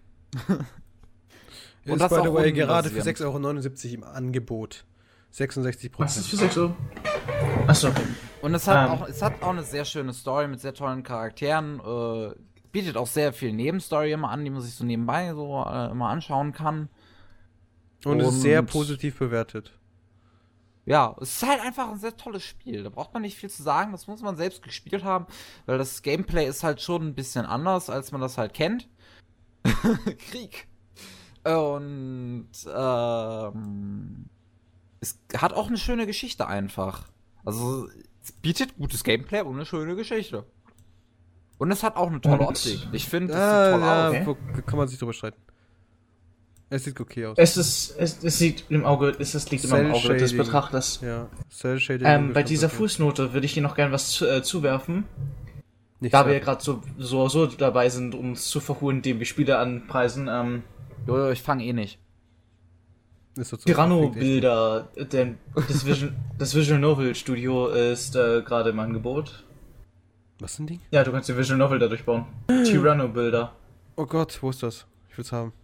Ist das by auch the way gerade rundenbasierend. für sechs Euro neunundsiebzig im Angebot. sechsundsechzig Was ist Prozent. für sechs Euro? Achso. Und es hat, Ähm. auch, es hat auch eine sehr schöne Story mit sehr tollen Charakteren. Äh, bietet auch sehr viel Nebenstory immer an, die man sich so nebenbei so äh, immer anschauen kann. Und, und es ist sehr positiv bewertet. Ja, es ist halt einfach ein sehr tolles Spiel. Da braucht man nicht viel zu sagen, das muss man selbst gespielt haben, weil das Gameplay ist halt schon ein bisschen anders, als man das halt kennt. Krieg. Und ähm, es hat auch eine schöne Geschichte einfach. Also es bietet gutes Gameplay und eine schöne Geschichte. Und es hat auch eine tolle Und- Optik. Ich finde, das Ah, sieht toll ja, aus. Okay. wo, kann man sich drüber streiten. Es sieht okay aus. Es ist, es, es sieht im Auge, es, es liegt immer im Auge des Cell-Shading. Betrachters. Ja, Cell Shading. Ähm, bei dieser Fußnote würde ich dir noch gern was zu, äh, zuwerfen, Nicht da wir ja sagen. gerade so, so, so dabei sind, uns zu verholen, indem wir Spiele anpreisen. Ähm, Jojo, ich fange eh nicht. Ist so zu- Tyranno-Bilder, denn das, Vision, das Visual Novel Studio ist äh, gerade im Angebot. Was sind die? Ja, du kannst die Visual Novel dadurch bauen. Tyranno-Bilder. Oh Gott, wo ist das? Ich will's haben.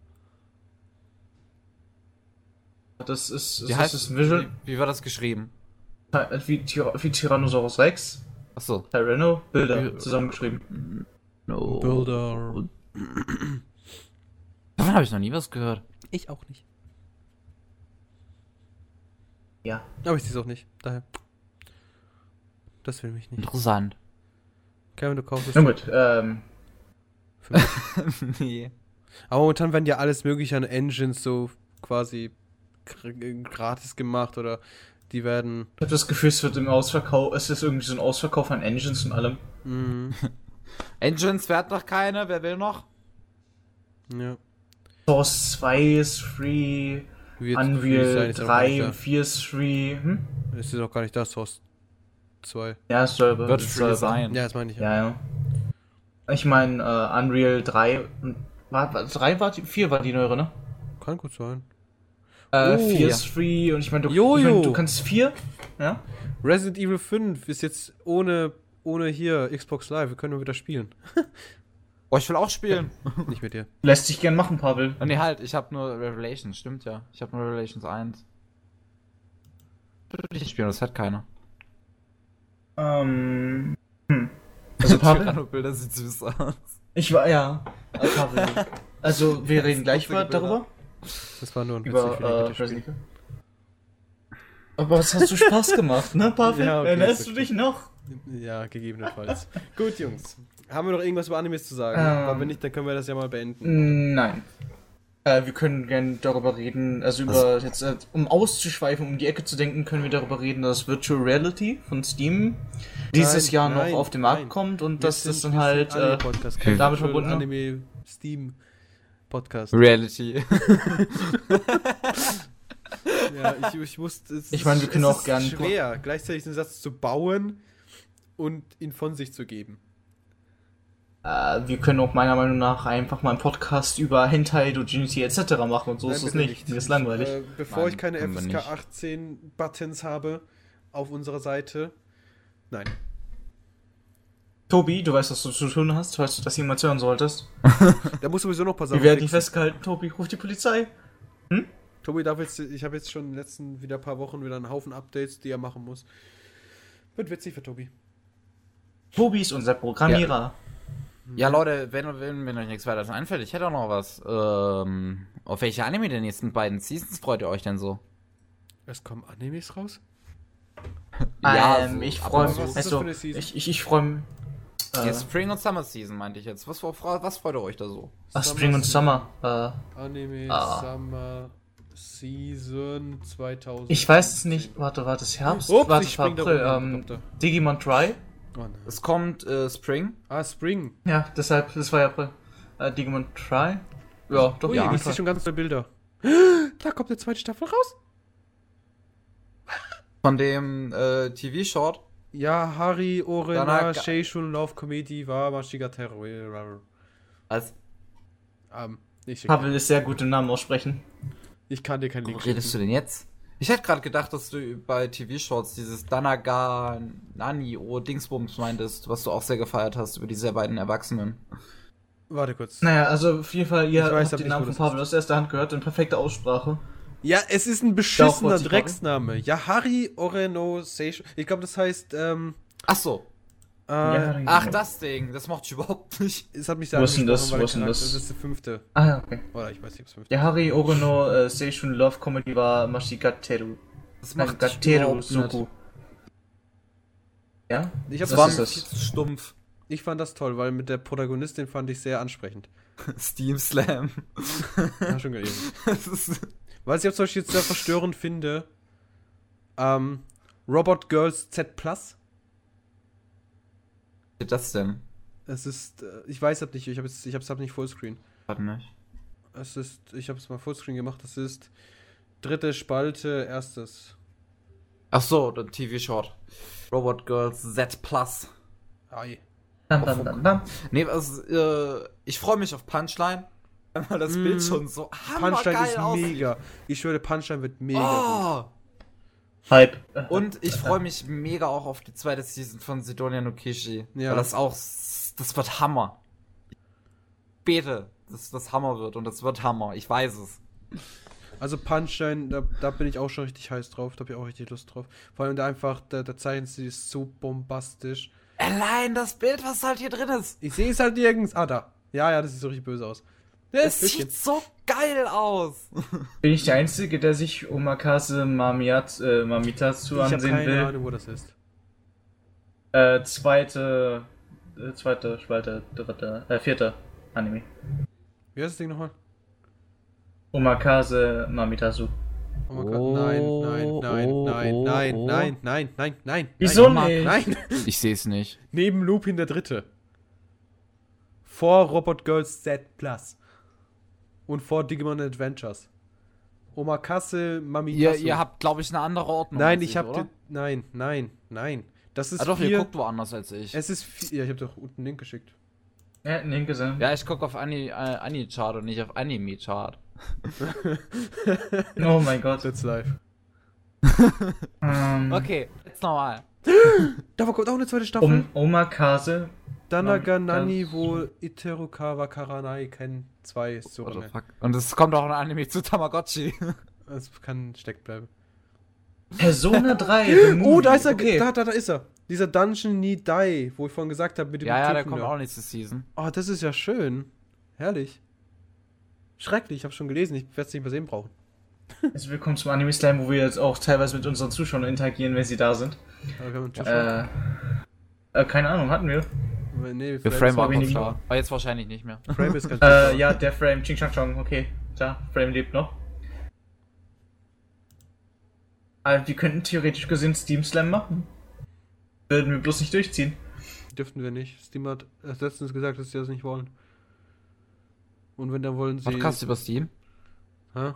Das ist, Wie das heißt ist ein Visual, Wie, wie war das geschrieben? wie, Tyra- wie Tyrannosaurus Rex. Achso. Tyranno, Bilder, Bil- zusammengeschrieben. No. Builder. Davon habe ich noch nie was gehört. Ich auch nicht. Ja. Aber ich sehe es auch nicht. Daher. Das will mich nicht. Interessant. Kevin, du kaufst es. Na gut, ähm, für mich. Nee. Aber momentan werden ja alles mögliche an Engines so quasi gr- gratis gemacht oder die werden. ich habe das Gefühl, es wird im Ausverkauf, es ist irgendwie so ein Ausverkauf an Engines und allem. Mhm. Engines fährt noch keine, wer will noch? Ja. Source zwei ist free, Wird free Unreal sein, ist aber gar drei nicht und vier ist free. Hm? da. Es ist auch gar nicht das, Source zwei. Ja, es soll aber Wird es free soll aber- sein. Ja, das meine ich ja. Ja, ja. Ich meine, äh, Unreal drei und war, war drei war die, vier war die neuere, ne? Kann gut sein. Äh, Oh, vier ja. ist free und ich meine, du, Jojo. ich mein, du kannst vier, ja? Resident Evil fünf ist jetzt ohne, ohne hier Xbox Live. Wir können nur wieder spielen. Oh, ich will auch spielen. Nicht mit dir. Lässt sich gern machen, Pavel. Oh, nee, halt, ich habe nur Revelations, stimmt ja. Ich habe nur Revelations eins. Will ich spielen, das hat keiner. Ähm, hm. Also Pavel, Tyranno-Bilder sieht süß aus. ich war, ja, äh, Pavel. Also, wir reden gleich mal lustige darüber. Das war nur ein Über, witzig, wie die äh, mit dir spielen. Resident Evil. Aber es hast du Spaß gemacht, ne, Pavel? Ja, okay, Erinnerst ist du okay. dich noch? Ja, gegebenenfalls. Gut, Jungs. Haben wir noch irgendwas über Animes zu sagen? Ähm. Aber wenn nicht, dann können wir das ja mal beenden. Nein. Äh, wir können gerne darüber reden, also über, jetzt, äh, um auszuschweifen, um die Ecke zu denken, können wir darüber reden, dass Virtual Reality von Steam dieses Nein, Jahr nein, noch auf den Markt nein. kommt und Wir dass das sind- dann wir halt, sind äh, Anime-Podcast, damit kein verbunden. Anime Steam Podcast. Reality. Ja, ich, ich wusste, es Ich meine, wir ist- können es auch ist gern- schwer, gleichzeitig den Satz zu bauen und ihn von sich zu geben. äh, wir können auch meiner Meinung nach einfach mal einen Podcast über Hentai, Dojinshi et cetera machen und so Nein, ist es bitte nicht. Mir ist langweilig. Äh, bevor Nein, ich keine können wir F S K nicht. achtzehn Buttons habe auf unserer Seite. Nein. Tobi, du weißt, was du zu tun hast, falls du das jemals hören solltest. Da muss sowieso noch ein paar Wir Sachen werden nicht fixen. festgehalten, Tobi, ruf die Polizei. Tobi darf jetzt, ich habe jetzt schon in den letzten wieder paar Wochen wieder einen Haufen Updates, die er machen muss. Wird witzig für Tobi. Tobi ist unser Programmierer. Ja, Leute, wenn, wenn, wenn euch nichts weiter einfällt, ich hätte auch noch was. Ähm, auf welche Anime der nächsten beiden Seasons freut ihr euch denn so? Es kommen Animes raus? ähm, so ich ab freue und mich. zu. Was ist das Also, für eine Season? ich, ich, ich freue mich. Die Äh, Spring und Summer Season meinte ich jetzt. Was, was, was freut ihr euch da so? ach, Spring und Summer. Äh, Anime Ah. Summer Season zweitausend. ich weiß es nicht. Warte, warte, ist Herbst? Ups, warte, ich es war spring da April. runter, Ähm, Doktor. Digimon Try. Oh nein. Es kommt äh, Spring. Ah, Spring. Ja, deshalb, das war ja April. Äh, Digimon Try. Ja, doch, Ui, Digimon ich sehe Try. schon ganz viele Bilder. Da kommt eine zweite Staffel raus. Von dem äh, T V-Short. Ja, Hari, Orena, Danach- Seishun, Love Comedy, war Mashigatero. Als Ähm, ich, Pavel ist sehr gut im Namen aussprechen. ich kann dir keinen Wo Link redest du schicken. denn jetzt? Ich hätte gerade gedacht, dass du bei T V-Shorts dieses Danaga, Nani, O, Dingsbums meintest, was du auch sehr gefeiert hast über diese beiden Erwachsenen. Warte kurz. Naja, also auf jeden Fall, ihr Ich weiß habt aber den nicht, Namen wo von das Pavel aus erster Hand gehört, in perfekter Aussprache. Ja, es ist ein Darauf beschissener wollte ich Drecksname. Ja, Hari, Oreno, Seishun. Ich glaube, das heißt, ähm, Ach so. Äh, Ja, Ach, das Ding, das mochte ich überhaupt nicht. Es hat mich sehr Wo ist denn das? angesprochen, weil Wo ist denn der das? Charakter- das ist der fünfte. Ah, okay. Oder ich weiß nicht, ob es fünfte Yahari Orono äh, Seishun Love Comedy wa Mashigateru. Das Nein, mochte ich Gateru überhaupt Suku. nicht. Ich Ja? habe Das Was war ist mir das? viel zu stumpf. Ich fand das toll, weil mit der Protagonistin fand ich sehr ansprechend. Steam Slam. Ja, schon gelesen. Das ist Was ich auch zum Beispiel jetzt sehr verstörend finde, ähm, Robot Girls Z Plus. Was ist das denn? Es ist, äh, ich weiß es nicht, ich habe es ich hab's hab nicht Fullscreen. Warte nicht. Es ist, ich habe es mal Fullscreen gemacht, das ist dritte Spalte, erstes. Ach so, der T V-Short. Robot Girls Z Plus. Ei. Dam, dam, dam, dam. Nee, also, äh, ich freue mich auf Punchline, weil das Mm. Bild schon so Punchline hammergeil ist aussieht. mega. Ich schwöre, Punchline wird mega gut. Oh. Hype. Und ich freue mich mega auch auf die zweite Season von Sidonia no Kishi. Ja. Weil das auch, das wird Hammer. Ich bete, dass das Hammer wird und das wird Hammer. Ich weiß es. Also Punchline, da, da bin ich auch schon richtig heiß drauf, da habe ich auch richtig Lust drauf. Vor allem da einfach, der, der Zeichenstil ist so bombastisch. Allein das Bild, was halt hier drin ist. Ich sehe es halt nirgends. Ah, da. Ja, ja, das sieht so richtig böse aus. Ja, Es ist sieht so geil aus. Bin ich der Einzige, der sich Omakase Mamiat, äh, Mamitatsu Ich habe ansehen keine will? Ahnung, wo das ist. Äh, zweite, äh, zweite Spalte, dritte, äh, vierte Anime. Wie heißt das Ding nochmal? Omakase Mamitatsu. Oh mein Gott, nein, nein, nein, Oh, nein, oh, nein, oh. nein, nein, nein, nein. Wieso nein, nicht? Nein. Ich sehe es nicht. Neben Lupin der Dritte. Vor Robot Girls Z Plus. Und vor Digimon Adventures. Omakase Mamitasu. Ihr, ihr habt, glaube ich, eine andere Ordnung. Nein, als ich habe oder? den. Nein, nein, nein. Das ist Ah doch, vier, ihr guckt woanders als ich. Es ist vier, ja, ich habe doch unten einen Link geschickt. Ja, den gesehen. Ja, ich gucke auf Ani, äh, Ani-Chart und nicht auf Anime-Chart. Oh mein Gott. Jetzt live. Ähm, Okay, jetzt nochmal. Da kommt auch eine zweite Staffel. um, Omakase. Danaga Nani das- wo Iterukawa Karanai Ken zwei ist so What the lange. fuck? Und es kommt auch ein Anime zu Tamagotchi. Es kann stecken bleiben. Persona drei. the Oh, movie. da ist er. Okay. Da, da, da ist er. Dieser Dungeon Nie Die, wo ich vorhin gesagt habe, mit dem Ja, ja, der Typen kommt da. auch nächste Season. Oh, das ist ja schön. Herrlich. Schrecklich, ich habe schon gelesen, ich werde es nicht mehr sehen brauchen. Also willkommen zum Anime Slam, wo wir jetzt auch teilweise mit unseren Zuschauern interagieren, wenn sie da sind. Aber wir haben Zuschauer. Äh, äh, keine Ahnung, hatten wir. nee, Wir Frame war wenig kurz Zuschauer. da. Aber jetzt wahrscheinlich nicht mehr. Frame ist kein Äh, Zuschauer. ja, der Frame, Ching Chang Chong, okay. Da, Frame lebt noch. Aber wir könnten theoretisch gesehen Steam Slam machen. Würden wir bloß nicht durchziehen. Dürften wir nicht. Steam hat erst letztens gesagt, dass sie das nicht wollen. Und wenn, dann wollen sie... Podcast über Steam? Hä?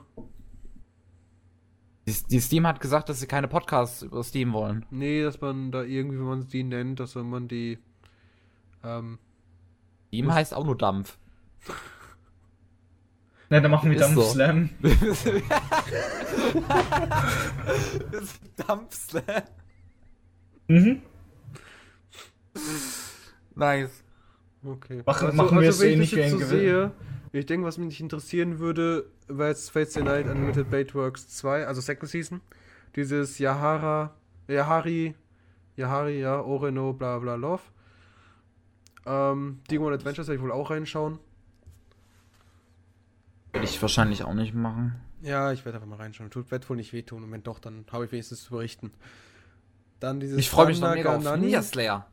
Die, die Steam hat gesagt, dass sie keine Podcasts über Steam wollen. Nee, dass man da irgendwie, wenn man die nennt, dass man die... Ähm, Steam Muss- heißt auch nur Dampf. Ne, dann machen wir Ist Dampf so. Slam. Dampfslam. Mhm. Nice. okay. Machen- machen wir es so wenn ähnlich ich das wie jetzt ein so Gewinn. sehe, ich denke, was mich interessieren würde, wäre jetzt Fates Stay Night Unlimited Baitworks zwei, also Second Season. Dieses Yahara, Yahari, Yahari, ja, Oreno, bla bla Love. Ähm, Digimon Adventures werde ich wohl auch reinschauen. Würde ich wahrscheinlich auch nicht machen. Ja, ich werde einfach mal reinschauen. Tut, wird wohl nicht wehtun. Und wenn doch, dann habe ich wenigstens zu berichten. Dann dieses Ich freue mich noch mega auf Danaganani. Ninja Slayer.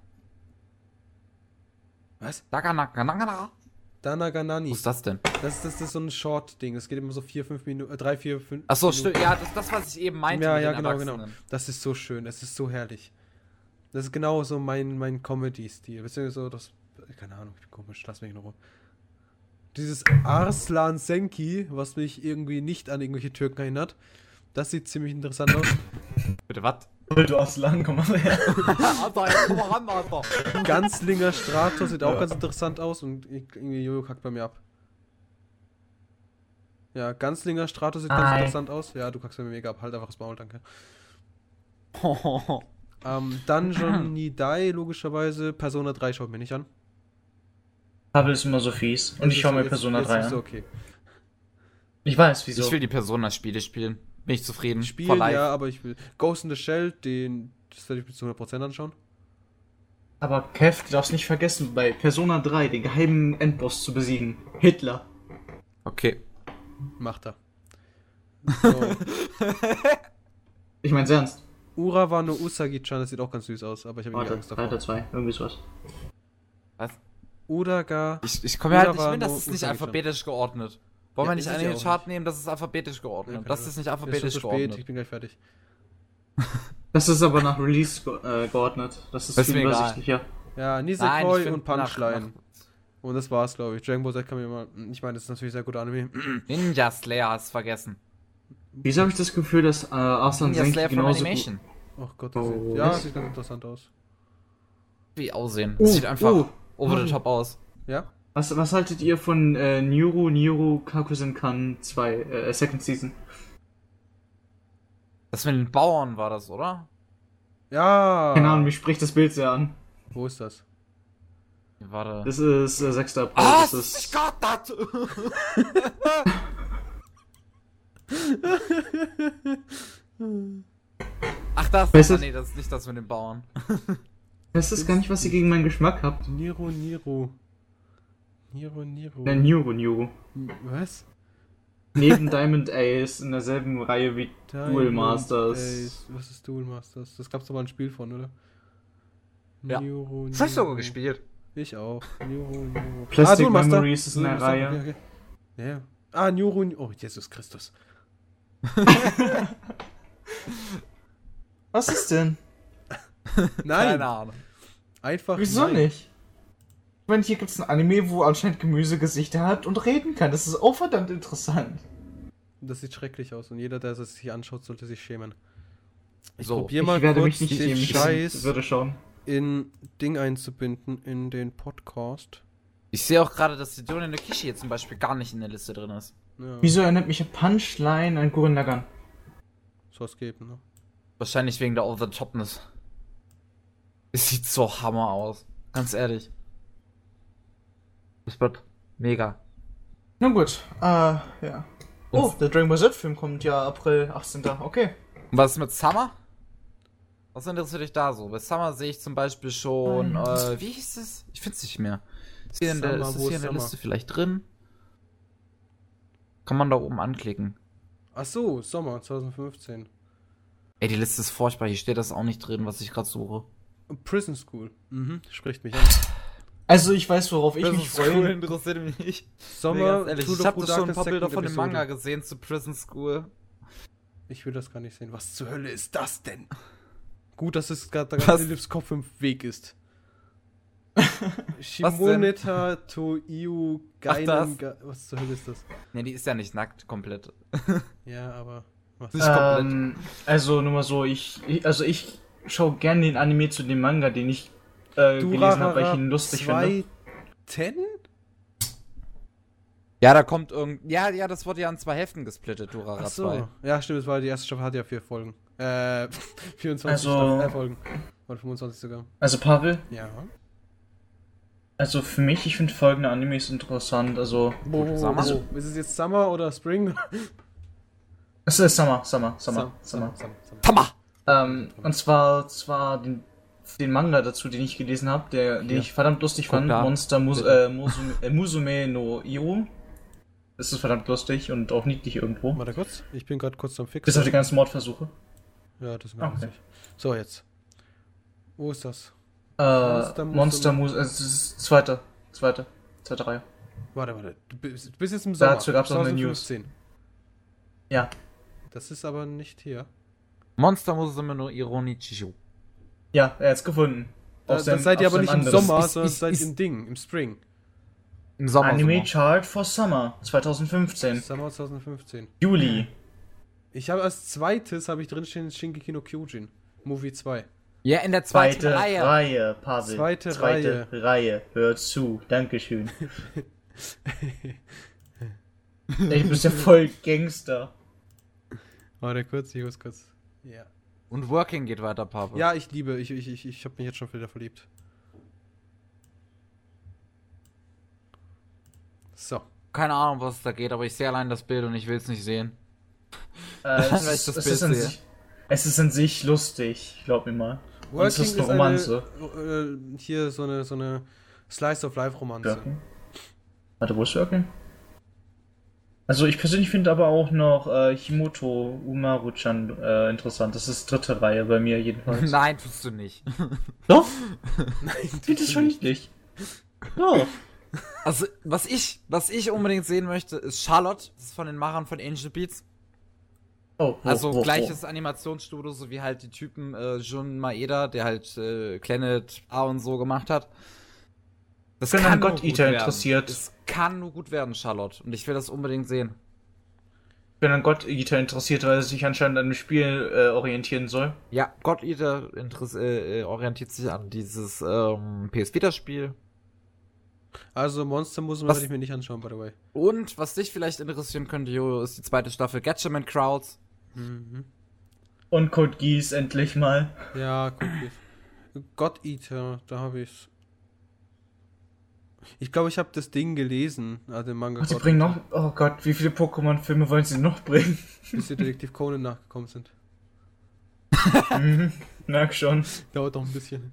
Was? Daganaganagana. Danaganani. Was ist das denn? Das ist, das ist so ein Short-Ding. Es geht immer so vier, fünf Minuten, äh, drei, vier, fünf. Achso, Minuten. stimmt. Ja, das, das, was ich eben meinte. Ja, mit ja, den genau, genau. Erwachsenen. Das ist so schön. Es ist so herrlich. Das ist genau so mein, mein Comedy-Stil. Beziehungsweise so das. Keine Ahnung, ich bin komisch. Lass mich in Ruhe. Dieses Arslan Senki, was mich irgendwie nicht an irgendwelche Türken erinnert. Das sieht ziemlich interessant aus. Bitte, was? Du hast lang, komm mal her. Alter, jetzt komm mal ran, Alter. Ganzlinger Stratos sieht auch ganz interessant aus und irgendwie Jojo kackt bei mir ab. Ja, Ganzlinger Stratos sieht ganz Hi. interessant aus. Ja, du kackst bei mir mega ab. Halt einfach das Maul, danke. Ähm, Dungeon Nie Die, logischerweise. Persona drei schaut mir nicht an. Pavel ist immer so fies. Und Jetzt ich ist schau so- mir jetzt- Persona jetzt drei ist an. so okay. Ich weiß, wieso. Ich will die Persona-Spiele spielen. Bin ich zufrieden. For Spielen, life. ja, aber ich will. Ghost in the Shell, den. Das werde ich bis zu hundert Prozent anschauen. Aber Kev, du darfst nicht vergessen, bei Persona drei den geheimen Endboss zu besiegen. Hitler. Okay. Macht er. So. Ich mein's ernst. Ura war nur Usagi-chan, das sieht auch ganz süß aus, aber ich habe irgendwie Warte, Angst davor. Alter zwei, irgendwie sowas. Was? Uraga. Ich, ich komme ja halt nicht Ura mit, das no ist nicht Usagi-chan. alphabetisch geordnet. Wollen Ja, wir nicht ist es einen ja den auch Chart nicht. nehmen, das ist alphabetisch geordnet. Ja, Das ist nicht Ist alphabetisch schon zu spät, geordnet. ich bin gleich fertig. Das ist aber nach Release ge äh, geordnet. Das ist Ist viel mir egal. übersichtlicher. Ja, Nein, Nisekoi ich find und Punchline. nach- Und das war's, glaube ich. Dragon Ball Z kann mir mal. Ich meine, das ist natürlich sehr guter Anime. Ninja Slayer hast vergessen. Wieso habe ich das Gefühl, dass äh, Arslan Ninja Senki Slayer von genauso gut... Animation. Ach Gott, das Oh, sieht, ja, was? sieht ganz interessant aus. Wie aussehen. Oh, Das sieht einfach oh. over the top aus. Ja? Was, was haltet ihr von äh, Nyuru Nyuru Kakusenkan zwei, äh, Second Season? Das mit den Bauern war das, oder? Ja! Keine Ahnung, mich spricht das Bild sehr an. Wo ist das? Warte. Das ist äh, sechster April. Ah, das ich ist... got that! Ach, das Weißt du- ah, nee, das ist nicht das mit den Bauern. Das ist gar nicht, was ihr gegen meinen Geschmack habt. Niro, Niro. Niro, Niro. Nein, Nyuru Nyuru. Was? Neben Diamond Ace in derselben Reihe wie Duel Diamond Masters. Ace. Was ist Duel Masters? Das gab's doch mal ein Spiel von, oder? Ja. Niro, Das hab ich sogar Niro. gespielt. Ich auch. Niro, Niro. Plastic Duel Master. Memories ist in der Duel Master, Reihe. Okay, okay. Ja, ja. Ah, Niro, Niro. Oh, Jesus Christus. Was ist denn? Nein! Keine Ahnung. Einfach Wieso nein. nicht? Ich meine, hier gibt's ein Anime, wo anscheinend Gemüsegesichter hat und reden kann. Das ist auch verdammt interessant. Das sieht schrecklich aus und jeder, der es sich anschaut, sollte sich schämen. Ich So, probiere Ich mal werde kurz mich nicht den schämen, ich Scheiß würde schauen. in Ding einzubinden, in den Podcast. Ich sehe auch gerade, dass die Dune no Kishi jetzt zum Beispiel gar nicht in der Liste drin ist. Ja, Wieso erinnert mich ein Punchline an Gurren Lagann? soll es geben, ne? Wahrscheinlich wegen der Over-the-Topness. Es sieht so hammer aus. Ganz ehrlich. Das wird mega. Na gut, äh, ja. Oh, der Dragon Ball Z-Film kommt ja April achtzehnten Okay. Und was ist mit Summer? Was interessiert dich da so? Bei Summer sehe ich zum Beispiel schon, äh, wie hieß es? Ich finde es nicht mehr. Ist, hier in der, Summer, ist das wo hier ist in der Summer? Liste vielleicht drin? Kann man da oben anklicken. Ach so, Sommer zwanzig fünfzehn. Ey, die Liste ist furchtbar. Hier steht das auch nicht drin, was ich gerade suche. Prison School. Mhm, spricht mich an. Also ich weiß, worauf ich mich Prison School freue. interessiert mich nicht. Nee, Sommer, ganz ehrlich, True ich Love habe Blue schon ein Darkness paar Bilder Second von dem Episode. Manga gesehen zu Prison School. Ich will das gar nicht sehen. Was zur Hölle ist das denn? Gut, dass es gerade Was? da Philips Kopf im Weg ist. Shimoneta to Iu Ach, das? Gainen. Ga- Was zur Hölle ist das? Ne, die ist ja nicht nackt komplett. Ja, aber. Was? Nicht komplett. Ähm, also nur mal so, ich, ich also ich schaue gerne den Anime zu dem Manga, den ich äh, gelesen habe, weil ich ihn lustig finde. Ten? Ja, da kommt irgend. Ja, ja, das wurde ja in zwei Hälften gesplittet, Durara Ach zwei. so. Ja, stimmt, es war die erste Staffel, hat ja vier Folgen. Äh, vierundzwanzig Also- Staffeln, äh, Folgen. Oder fünfundzwanzig sogar. Also Pavel, Ja. also für mich, ich finde folgende Animes interessant. Also Wo, Summer? also, ist es jetzt Summer oder Spring? es ist Summer, Summer, Summer, Summer. Summer. Summer, Summer. Tama! Ähm, und zwar zwar den, den Manga dazu, den ich gelesen habe, der den Ja. ich verdammt lustig Guck fand, da. Monster Mus äh, Musume, äh, Musume no Iro. Das ist verdammt lustig und auch niedlich irgendwo. Warte kurz. Ich bin gerade kurz am Fix. Bis auf die ganzen Mordversuche. Ja, das ist mir Okay. lustig. So, jetzt. Wo ist das? Äh, Monster Monster Musume- Mus, äh, es ist zweite, zweite, zweite Reihe. Warte, warte. Du bist, du bist jetzt im Sommer. Dazu gab's noch eine News. zwanzig fünfzehn. Ja, Das ist aber nicht hier. Monster Musume no Ironichijo. ja, er hat's gefunden. Da, Auf da seinem- seid ihr auf aber nicht seinem im anderen- Sommer, Ist- sondern ist- seid ist- im Ding, im Spring. Im Sommer. Anime Sommer. Chart for Summer zwanzig fünfzehn. Sommer zwanzig fünfzehn. Juli. Ich habe als zweites, habe ich drinstehen, Shingeki no Kyojin. Movie zwei. Ja, in der zweiten Zweite Reihe. Reihe, Pavel. Zweite Zweite Reihe. Hört zu. Dankeschön. Ey, du bist ja voll Gangster. Warte kurz, ich muss kurz. Ja. Und Working geht weiter, Papa. Ja, ich liebe, ich, ich, ich, ich habe mich jetzt schon wieder verliebt. So. Keine Ahnung, was es da geht, aber ich sehe allein das Bild und ich will es nicht sehen. Äh, es, Weil ich ist, das es, Bild ist an sehe. sich, es ist an sich lustig, glaub mir mal. Und es ist eine Romanze. Eine, äh, hier so eine, so eine Slice-of-Life-Romanze. Working? Warte, wo ist Working? Also ich persönlich finde aber auch noch äh, Himoto Umaru-chan äh, interessant. Das ist dritte Reihe bei mir jedenfalls. Nein, tust du nicht. Doch? Nein, Geht es schon nicht. Doch. Also, was ich, was ich unbedingt sehen möchte, ist Charlotte. Das ist von den Machern von Angel Beats. Oh, oh, Also oh, gleiches Animationsstudio, so wie halt die Typen äh, Jun Maeda, der halt äh, Planet A und so gemacht hat. Das bin kann an nur God gut Eater werden. interessiert. Es kann nur gut werden, Charlotte. Und ich will das unbedingt sehen. Ich bin an God Eater interessiert, weil es sich anscheinend an dem Spiel äh, orientieren soll. Ja, God Eater interess- äh, orientiert sich an dieses ähm, P S Vita-Spiel. Also Monster muss Was- ich mir nicht anschauen, by the way. Und was dich vielleicht interessieren könnte, Jo, ist die zweite Staffel Gatchaman Crowds. Mhm. Und Code Geass endlich mal. Ja, guck ich. God Eater, da habe ich's. Ich glaube, ich habe das Ding gelesen, also den Manga. Ach, sie God bringen Eater, noch. Oh Gott, wie viele Pokémon-Filme wollen sie noch bringen? bis die Detektiv Conan nachgekommen sind. mhm, merk schon. Dauert doch ein bisschen.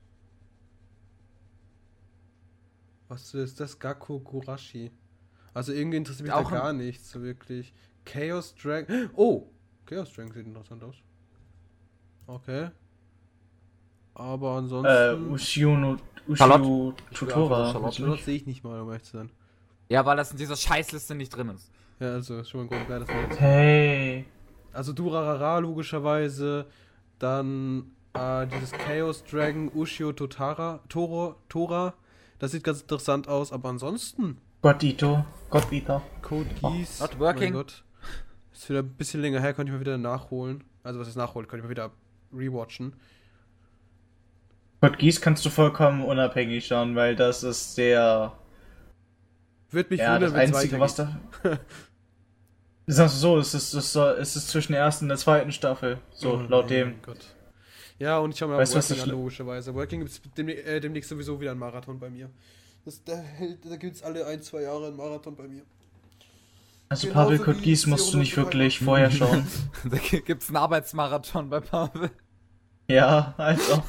Was ist das? Gakogurashi. Also irgendwie interessiert mich Auch da ein- gar nichts, so wirklich. Chaos Dragon. Oh! Chaos Dragon sieht interessant aus. Okay. Aber Äh, ansonsten. Ushio no, Charlotte? Ushio Ich will Tutora. einfach Charlotte. Charlotte sehe ich nicht mal, um ehrlich zu sein. Ja, weil das in dieser Scheißliste nicht drin ist. Ja, also ist schon mal ein Grund, klar, dass wir jetzt. Hey. Also Durarara logischerweise. Dann äh, dieses Chaos Dragon Ushio Totara. Toro, Tora. Das sieht ganz interessant aus, aber ansonsten. God Eater. God Eater. Code Geass. not working. Mein Gott. Ist wieder ein bisschen länger her, könnte ich mal wieder nachholen. Also was ist nachholen? Könnte ich mal wieder rewatchen. God Geass kannst du vollkommen unabhängig schauen, weil das ist der. Wird mich Ja, das wundern, wenn es Einzige, was weitergeht. da. Sagst du so, es ist, es, ist, es ist zwischen der ersten und der zweiten Staffel. So, Oh laut mein dem. Gott. Ja, und ich schaue mir Weißt auch du, was Working das an, schli- logischerweise. Working gibt es demnächst, äh, demnächst sowieso wieder ein Marathon bei mir. Das, da da gibt es alle ein, zwei Jahre ein Marathon bei mir. Also Genauso Pavel Code wie Geass musst du nicht Zero wirklich Nine. vorher schauen. Da gibt's einen Arbeitsmarathon bei Pavel. Ja, also.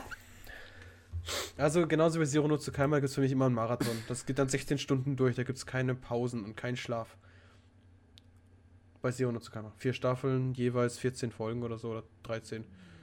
Also genauso wie Zero no Tsukaima gibt es für mich immer einen Marathon. Das geht dann sechzehn Stunden durch, da gibt es keine Pausen und keinen Schlaf. Bei Zero no Tsukaima. Vier Staffeln, jeweils vierzehn Folgen oder so, oder dreizehn.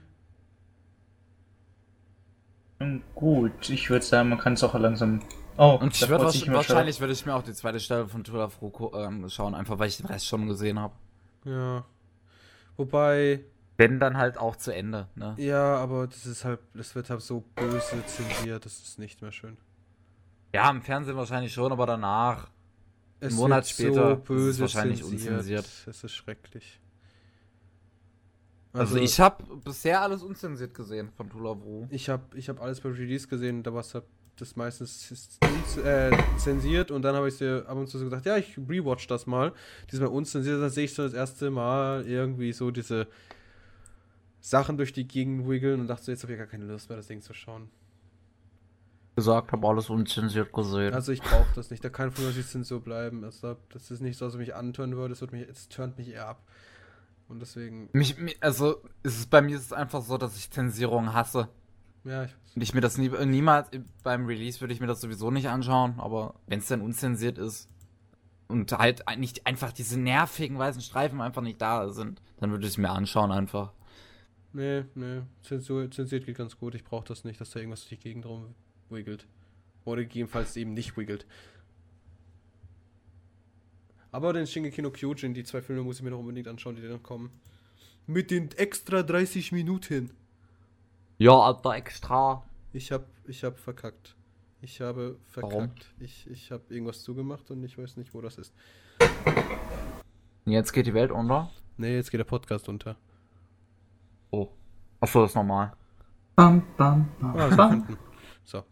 Gut, ich würde sagen, man kann es auch langsam. Oh, Und ich da würde freut sich wahrscheinlich, immer wahrscheinlich würde ich mir auch die zweite Staffel von Tour of Roko ähm, schauen, einfach weil ich den Rest schon gesehen habe. Ja. Wobei, Wenn dann halt auch zu Ende, ne? ja, aber das ist halt, das wird halt so böse zensiert, das ist nicht mehr schön. Ja, im Fernsehen wahrscheinlich schon, aber danach. Es Einen Monat wird später so ist es böse wahrscheinlich zensiert. unzensiert. Es ist schrecklich. Also, ich habe bisher alles unzensiert gesehen von Tula Bru. Ich habe ich hab alles bei Release gesehen, da war es halt das meistens ist uns, äh, zensiert und dann habe ich dir ab und zu so gesagt, ja, ich rewatch das mal. Diesmal unzensiert, dann sehe ich so das erste Mal irgendwie so diese Sachen durch die Gegend wiggeln und dachte so, jetzt habe ich gar keine Lust mehr, das Ding zu schauen. Gesagt, habe alles unzensiert gesehen. Also ich brauche das nicht, da kann von mir die Zensur bleiben. Also, das ist nicht so, dass es mich antören würde, es wird mich, es turnt mich eher ab. Und deswegen, Mich, mi- also, ist es bei mir ist es einfach so, dass ich Zensierung hasse. ja, ich weiß. Und ich mir das nie, niemals, beim Release würde ich mir das sowieso nicht anschauen, aber wenn es dann unzensiert ist und halt nicht einfach diese nervigen weißen Streifen einfach nicht da sind, dann würde ich es mir anschauen einfach. Nee, nee, Zensur, zensiert geht ganz gut, ich brauche das nicht, dass da irgendwas durch die Gegend rum wiggelt. Oder gegebenenfalls eben nicht wiggelt. Aber den Shingeki no Kyojin, die zwei Filme muss ich mir noch unbedingt anschauen, die dann kommen. Mit den extra dreißig Minuten. Ja, aber extra. Ich hab, ich hab verkackt. Ich habe verkackt. Warum? Ich, ich habe irgendwas zugemacht und ich weiß nicht, wo das ist. Jetzt geht die Welt unter. Nee, jetzt geht der Podcast unter. Oh. Achso, das ist normal. Bam, bam, bam, Ah, so bam. finden. So.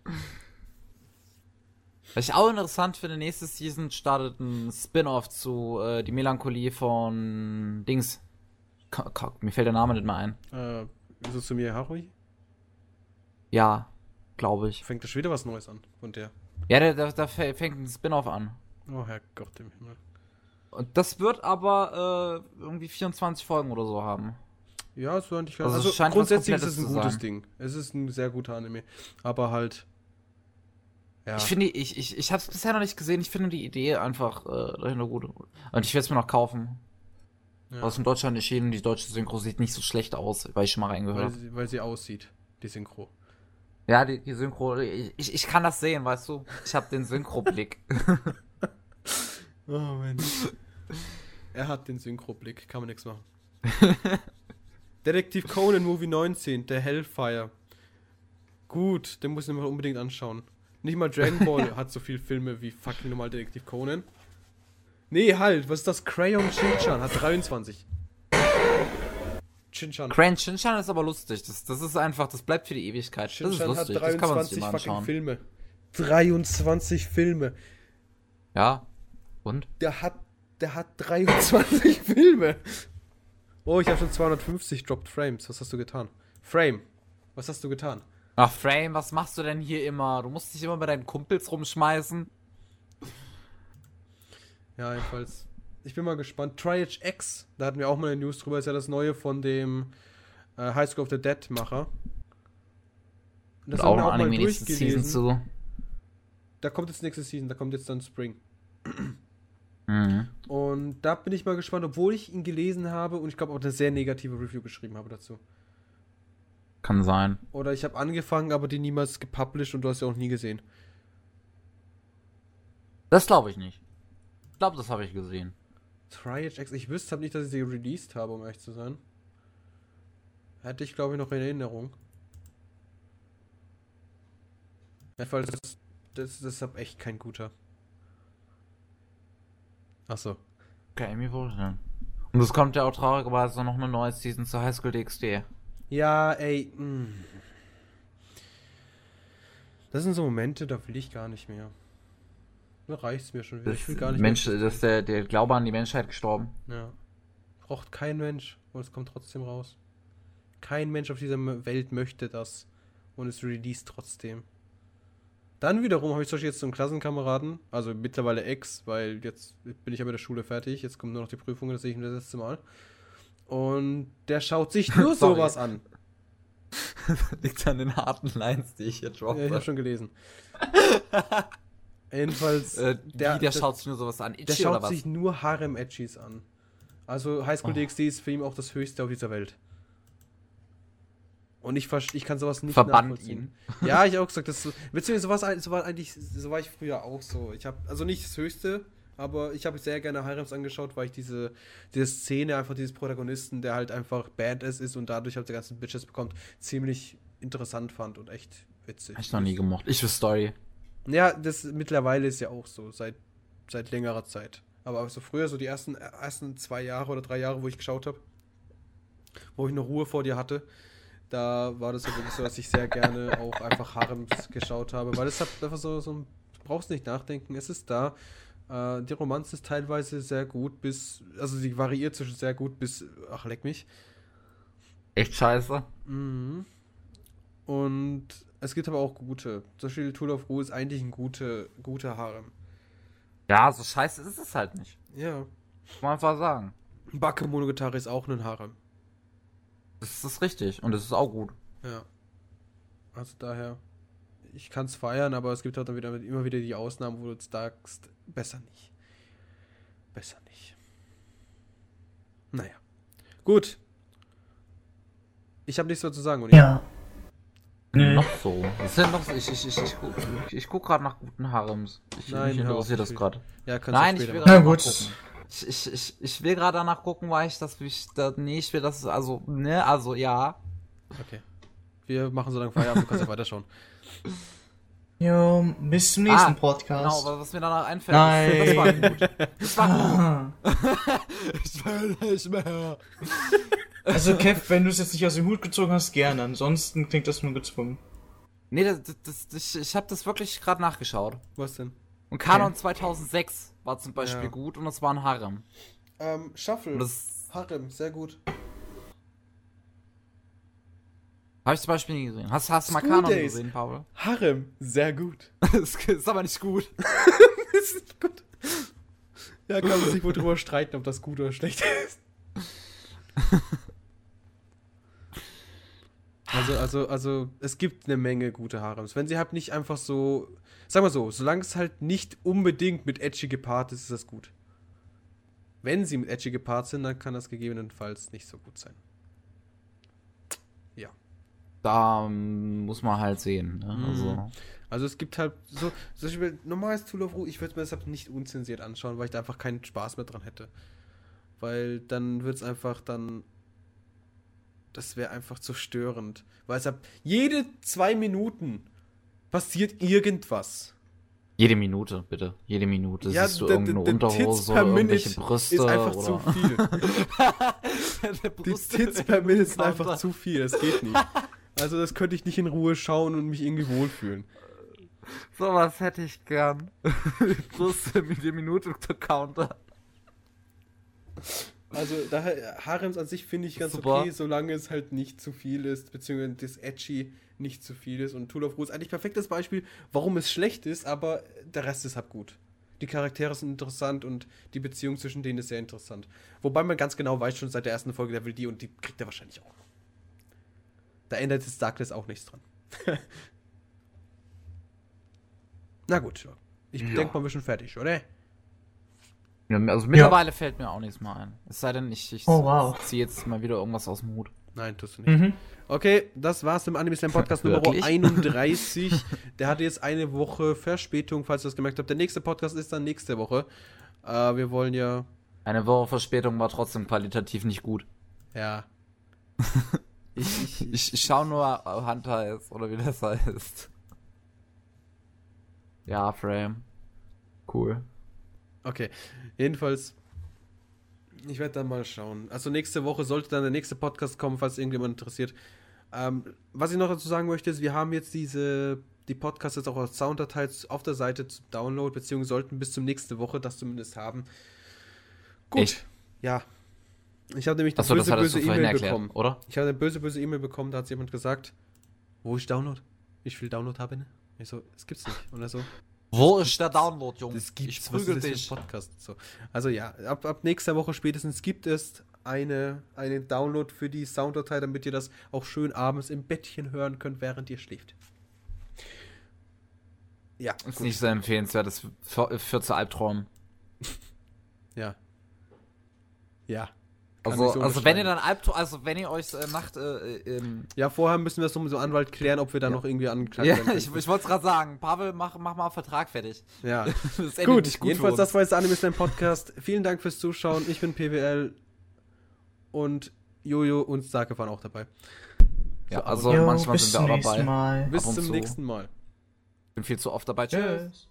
Was ich auch interessant finde, nächste Season startet ein Spin-off zu äh, die Melancholie von Dings. Ka- ka- mir fällt der Name nicht mehr ein. Äh, so zu mir, Harui? Ja, glaube ich. Fängt da schon wieder was Neues an von der. Ja, da, da, da fä- fängt ein Spin-off an. Oh Herrgott im Himmel. Und das wird aber äh, irgendwie vierundzwanzig Folgen oder so haben. Ja, so eigentlich ganz. Also es Also, scheint was grundsätzlich ist es ein Komplettes zu gutes sein. Ding. Es ist ein sehr guter Anime. Aber halt. Ja. Ich finde, ich, ich, ich habe es bisher noch nicht gesehen. Ich finde die Idee einfach äh, dahinter gut. Und ich werde es mir noch kaufen. ja. Aus in Deutschland erschienen, die deutsche Synchro sieht nicht so schlecht aus, weil ich schon mal reingehört weil, habe. sie, weil sie aussieht, die Synchro. Ja, die, die Synchro, ich, ich ich kann das sehen, weißt du? Ich habe den Synchro-Blick. Oh Mensch. Er hat den Synchro-Blick, kann man nichts machen. Detektiv Conan Movie neunzehn, der Hellfire. Gut, den muss ich mir unbedingt anschauen. Nicht mal Dragon Ball hat so viele Filme wie fucking normal Detektiv Conan. Nee, halt, was ist das? Crayon Shin-Chan hat dreiundzwanzig. Shin-Chan. Crayon Shin-Chan ist aber lustig. Das, das ist einfach, das bleibt für die Ewigkeit. Das ist Shin-Chan hat lustig. Das kann man sich dreiundzwanzig immer fucking anschauen. Filme. dreiundzwanzig Filme. Ja. Und? Der hat, der hat dreiundzwanzig Filme. Oh, ich habe schon zweihundertfünfzig Dropped Frames. Was hast du getan? Frame. Was hast du getan? Ach, Frame, was machst du denn hier immer? Du musst dich immer bei deinen Kumpels rumschmeißen. Ja, jedenfalls. Ich bin mal gespannt. Triage X, da hatten wir auch mal eine News drüber, ist ja das neue von dem äh, High School of the Dead Macher. Und das Und auch ein Anime nächste Season zu. Da kommt jetzt nächste Season, da kommt jetzt dann Spring. Mhm. Und da bin ich mal gespannt, obwohl ich ihn gelesen habe und ich glaube auch eine sehr negative Review geschrieben habe dazu. Kann sein. Oder ich habe angefangen, aber die niemals gepublished und du hast ja auch nie gesehen. Das glaube ich nicht. Ich glaube, das habe ich gesehen. Triage X, ich wüsste halt nicht, dass ich sie released habe, um ehrlich zu sein. Hätte ich, glaube ich, noch in Erinnerung. Jedenfalls, das, das, das ist echt kein guter. Achso. Okay, mir vorstellen. Und es kommt ja auch traurigerweise noch eine neue Season zu High School D X D. Ja, ey. Mh. Das sind so Momente, da will ich gar nicht mehr. Da reicht's mir schon wieder. Ich will gar nicht Mensch, mehr. das ist der, der Glaube an die Menschheit gestorben. Ja. Braucht kein Mensch. Und es kommt trotzdem raus. Kein Mensch auf dieser Welt möchte das. Und es released trotzdem. Dann wiederum habe ich zum Beispiel jetzt so einen Klassenkameraden, also mittlerweile Ex, weil jetzt bin ich ja mit der Schule fertig, jetzt kommen nur noch die Prüfungen, das sehe ich ihm das letzte Mal. Und der schaut sich nur Sorry. sowas an. Liegt an den harten Lines, die ich hier droppe. Ja, ich habe schon gelesen. Jedenfalls, Äh, der, der, der schaut sich nur sowas an. der Itchy oder schaut was? sich nur Harem-Edgys an. Also High School Oh. D X D ist für ihn auch das Höchste auf dieser Welt. Und ich, verste- ich kann sowas nicht Verbannt nachvollziehen. ihn. Ja, ich auch gesagt, das so, beziehungsweise sowas, ein- so war eigentlich, so war ich früher auch so. Ich habe also nicht das Höchste, aber ich habe sehr gerne Harems angeschaut, weil ich diese, diese Szene einfach dieses Protagonisten, der halt einfach Badass ist und dadurch halt die ganzen Bitches bekommt, ziemlich interessant fand und echt witzig. Hab ich noch nie gemocht. Ich für Story. Ja, das mittlerweile ist ja auch so, seit, seit längerer Zeit. Aber so früher, so die ersten, ersten zwei Jahre oder drei Jahre, wo ich geschaut habe, wo ich noch Ruhe vor dir hatte, da war das ja wirklich so, dass ich sehr gerne auch einfach Harems geschaut habe, weil es hat einfach so, so ein, du brauchst nicht nachdenken, es ist da. Äh, die Romanze ist teilweise sehr gut bis, also sie variiert zwischen sehr gut bis, ach leck mich. Echt scheiße. Mhm. Und es gibt aber auch gute. Zum Beispiel Tool of Ruhe ist eigentlich ein gute, guter Harem. Ja, so scheiße ist es halt nicht. Ja. Muss man einfach sagen. Bakemonogatari ist auch ein Harem. Das ist richtig und das ist auch gut. Ja. Also daher, ich kann es feiern, aber es gibt halt dann wieder immer wieder die Ausnahmen, wo du jetzt sagst, besser nicht. Besser nicht. Naja. Gut. Ich habe nichts mehr zu sagen, oder? Ja. Nee. Noch so. Das sind noch so. Ich, ich, ich, ich, guck- ich, ich guck gerade nach guten Harems. Ich, Nein, mich hör auf, interessiert das ich will- gerade. Ja, kannst Nein, du ich später will machen. gerade Na danach gut. gucken. Ich, ich, ich, ich will gerade danach gucken, weil ich das, ich, da, nee, ich will das, also, ne, also, ja. Okay. Wir machen so lange Feierabend, du kannst ja weiterschauen. Jo, bis zum nächsten Ah, Podcast. Genau, aber was mir danach einfällt, Nein. das war gut. Das war gut. Ah. Ich will nicht mehr. Also Kev, wenn du es jetzt nicht aus dem Hut gezogen hast, gerne. Ansonsten klingt das nur gezwungen. Nee, das, das, das, ich, ich habe das wirklich gerade nachgeschaut. Was denn? Und Kanon Okay. zweitausendsechs war zum Beispiel Ja. gut und das war ein Harem. Ähm, Shuffle. Und das Harem, sehr gut. habe ich zum Beispiel nie gesehen. Hast, hast du mal School Kanon Days. gesehen, Paul? Harem, sehr gut. Das ist aber nicht gut. Das ist gut. Ja, kann man sich wohl drüber streiten, ob das gut oder schlecht ist. Also, also, also, es gibt eine Menge gute Harems. Wenn sie halt nicht einfach so, sag mal so, solange es halt nicht unbedingt mit Edgy gepaart ist, ist das gut. Wenn sie mit Edgy gepaart sind, dann kann das gegebenenfalls nicht so gut sein. Ja. Da ähm, muss man halt sehen. Ne? Mhm. Also. Also es gibt halt so, zum Beispiel normales Tool of Ruhe, ich würde mir deshalb nicht unzensiert anschauen, weil ich da einfach keinen Spaß mehr dran hätte. Weil dann wird es einfach dann, das wäre einfach zu störend. Weil es ab jede zwei Minuten passiert irgendwas. Jede Minute, bitte. Jede Minute. Ja, Siehst du der- irgendeine der- der Tits Unterhose, per irgendwelche Minute Brüste ist einfach oder... zu viel. Die Tits per Minute sind einfach zu viel, das geht nicht. Also das könnte ich nicht in Ruhe schauen und mich irgendwie wohlfühlen. Sowas hätte ich gern. Brüste mit dem Minute-Counter. Also daher, Harems an sich finde ich ganz Super. okay, solange es halt nicht zu viel ist, beziehungsweise das Edgy nicht zu viel ist. Und Tool of Ruhe ist eigentlich ein perfektes Beispiel, warum es schlecht ist, aber der Rest ist halt gut. Die Charaktere sind interessant und die Beziehung zwischen denen ist sehr interessant. Wobei man ganz genau weiß schon seit der ersten Folge, der will die und die kriegt er wahrscheinlich auch. Da ändert jetzt Darkness auch nichts dran. Na gut, ja. Ich Ja. denke mal, wir sind fertig, oder? Ja, also mittlerweile fällt mir auch nichts mehr ein. Es sei denn, ich, ich Oh, wow. ziehe jetzt mal wieder irgendwas aus dem Hut. Nein, tust du nicht. Mhm. Okay, das war's im Anime Slam Podcast Nummer Wirklich? einunddreißig. Der hatte jetzt eine Woche Verspätung, falls ihr das gemerkt habt. Der nächste Podcast ist dann nächste Woche. Äh, wir wollen ja, Eine Woche Verspätung war trotzdem qualitativ nicht gut. ja. ich, ich, Ich, ich schau nur Hunter ist, oder wie das heißt. Ja, Frame. Cool. okay, jedenfalls, ich werde dann mal schauen. Also nächste Woche sollte dann der nächste Podcast kommen, falls irgendjemand interessiert. Ähm, was ich noch dazu sagen möchte, ist, wir haben jetzt diese, die Podcasts jetzt auch als Sounddatei auf der Seite zum Download, beziehungsweise sollten bis zum nächste Woche das zumindest haben. Gut. Echt? Ja. Ich habe nämlich eine Achso, das böse, hattest böse du vorhin E-Mail erklärt, bekommen. oder? Ich habe eine böse, böse E-Mail bekommen, da hat jemand gesagt, wo ich Download? Wie viel Download habe ich? Ne? Ich so, das gibt's nicht. Oder so. Wo ist der Download, Junge? Das gibt's, Ich was prügel ist das dich. für ein Podcast? So. Also ja, ab, ab nächster Woche spätestens gibt es eine, einen Download für die Sounddatei, damit ihr das auch schön abends im Bettchen hören könnt, während ihr schläft. Ja, Ist gut. nicht so empfehlenswert, das führt führt zu Albträumen. Ja. Ja. Kann Also, ich so also wenn ihr unterschreiben. dann Albträume, also wenn ihr euch äh, Nacht, äh, ähm, Ja, vorher müssen wir es um so Anwalt klären, ob wir da noch irgendwie angeklagt ja, werden ich, können. ich wollte es gerade sagen, Pavel, mach, mach mal einen Vertrag fertig. Ja. Das endet Gut, nicht für jedenfalls, uns. das war jetzt der Anime Slam Podcast. Vielen Dank fürs Zuschauen. Ich bin P W L und Jojo und Sake waren auch dabei. Ja, So, also Jo, manchmal bis sind wir zum auch nächsten dabei. Mal. Bis und zum zu. nächsten Mal. Ich bin viel zu oft dabei. Tschüss. Tschüss.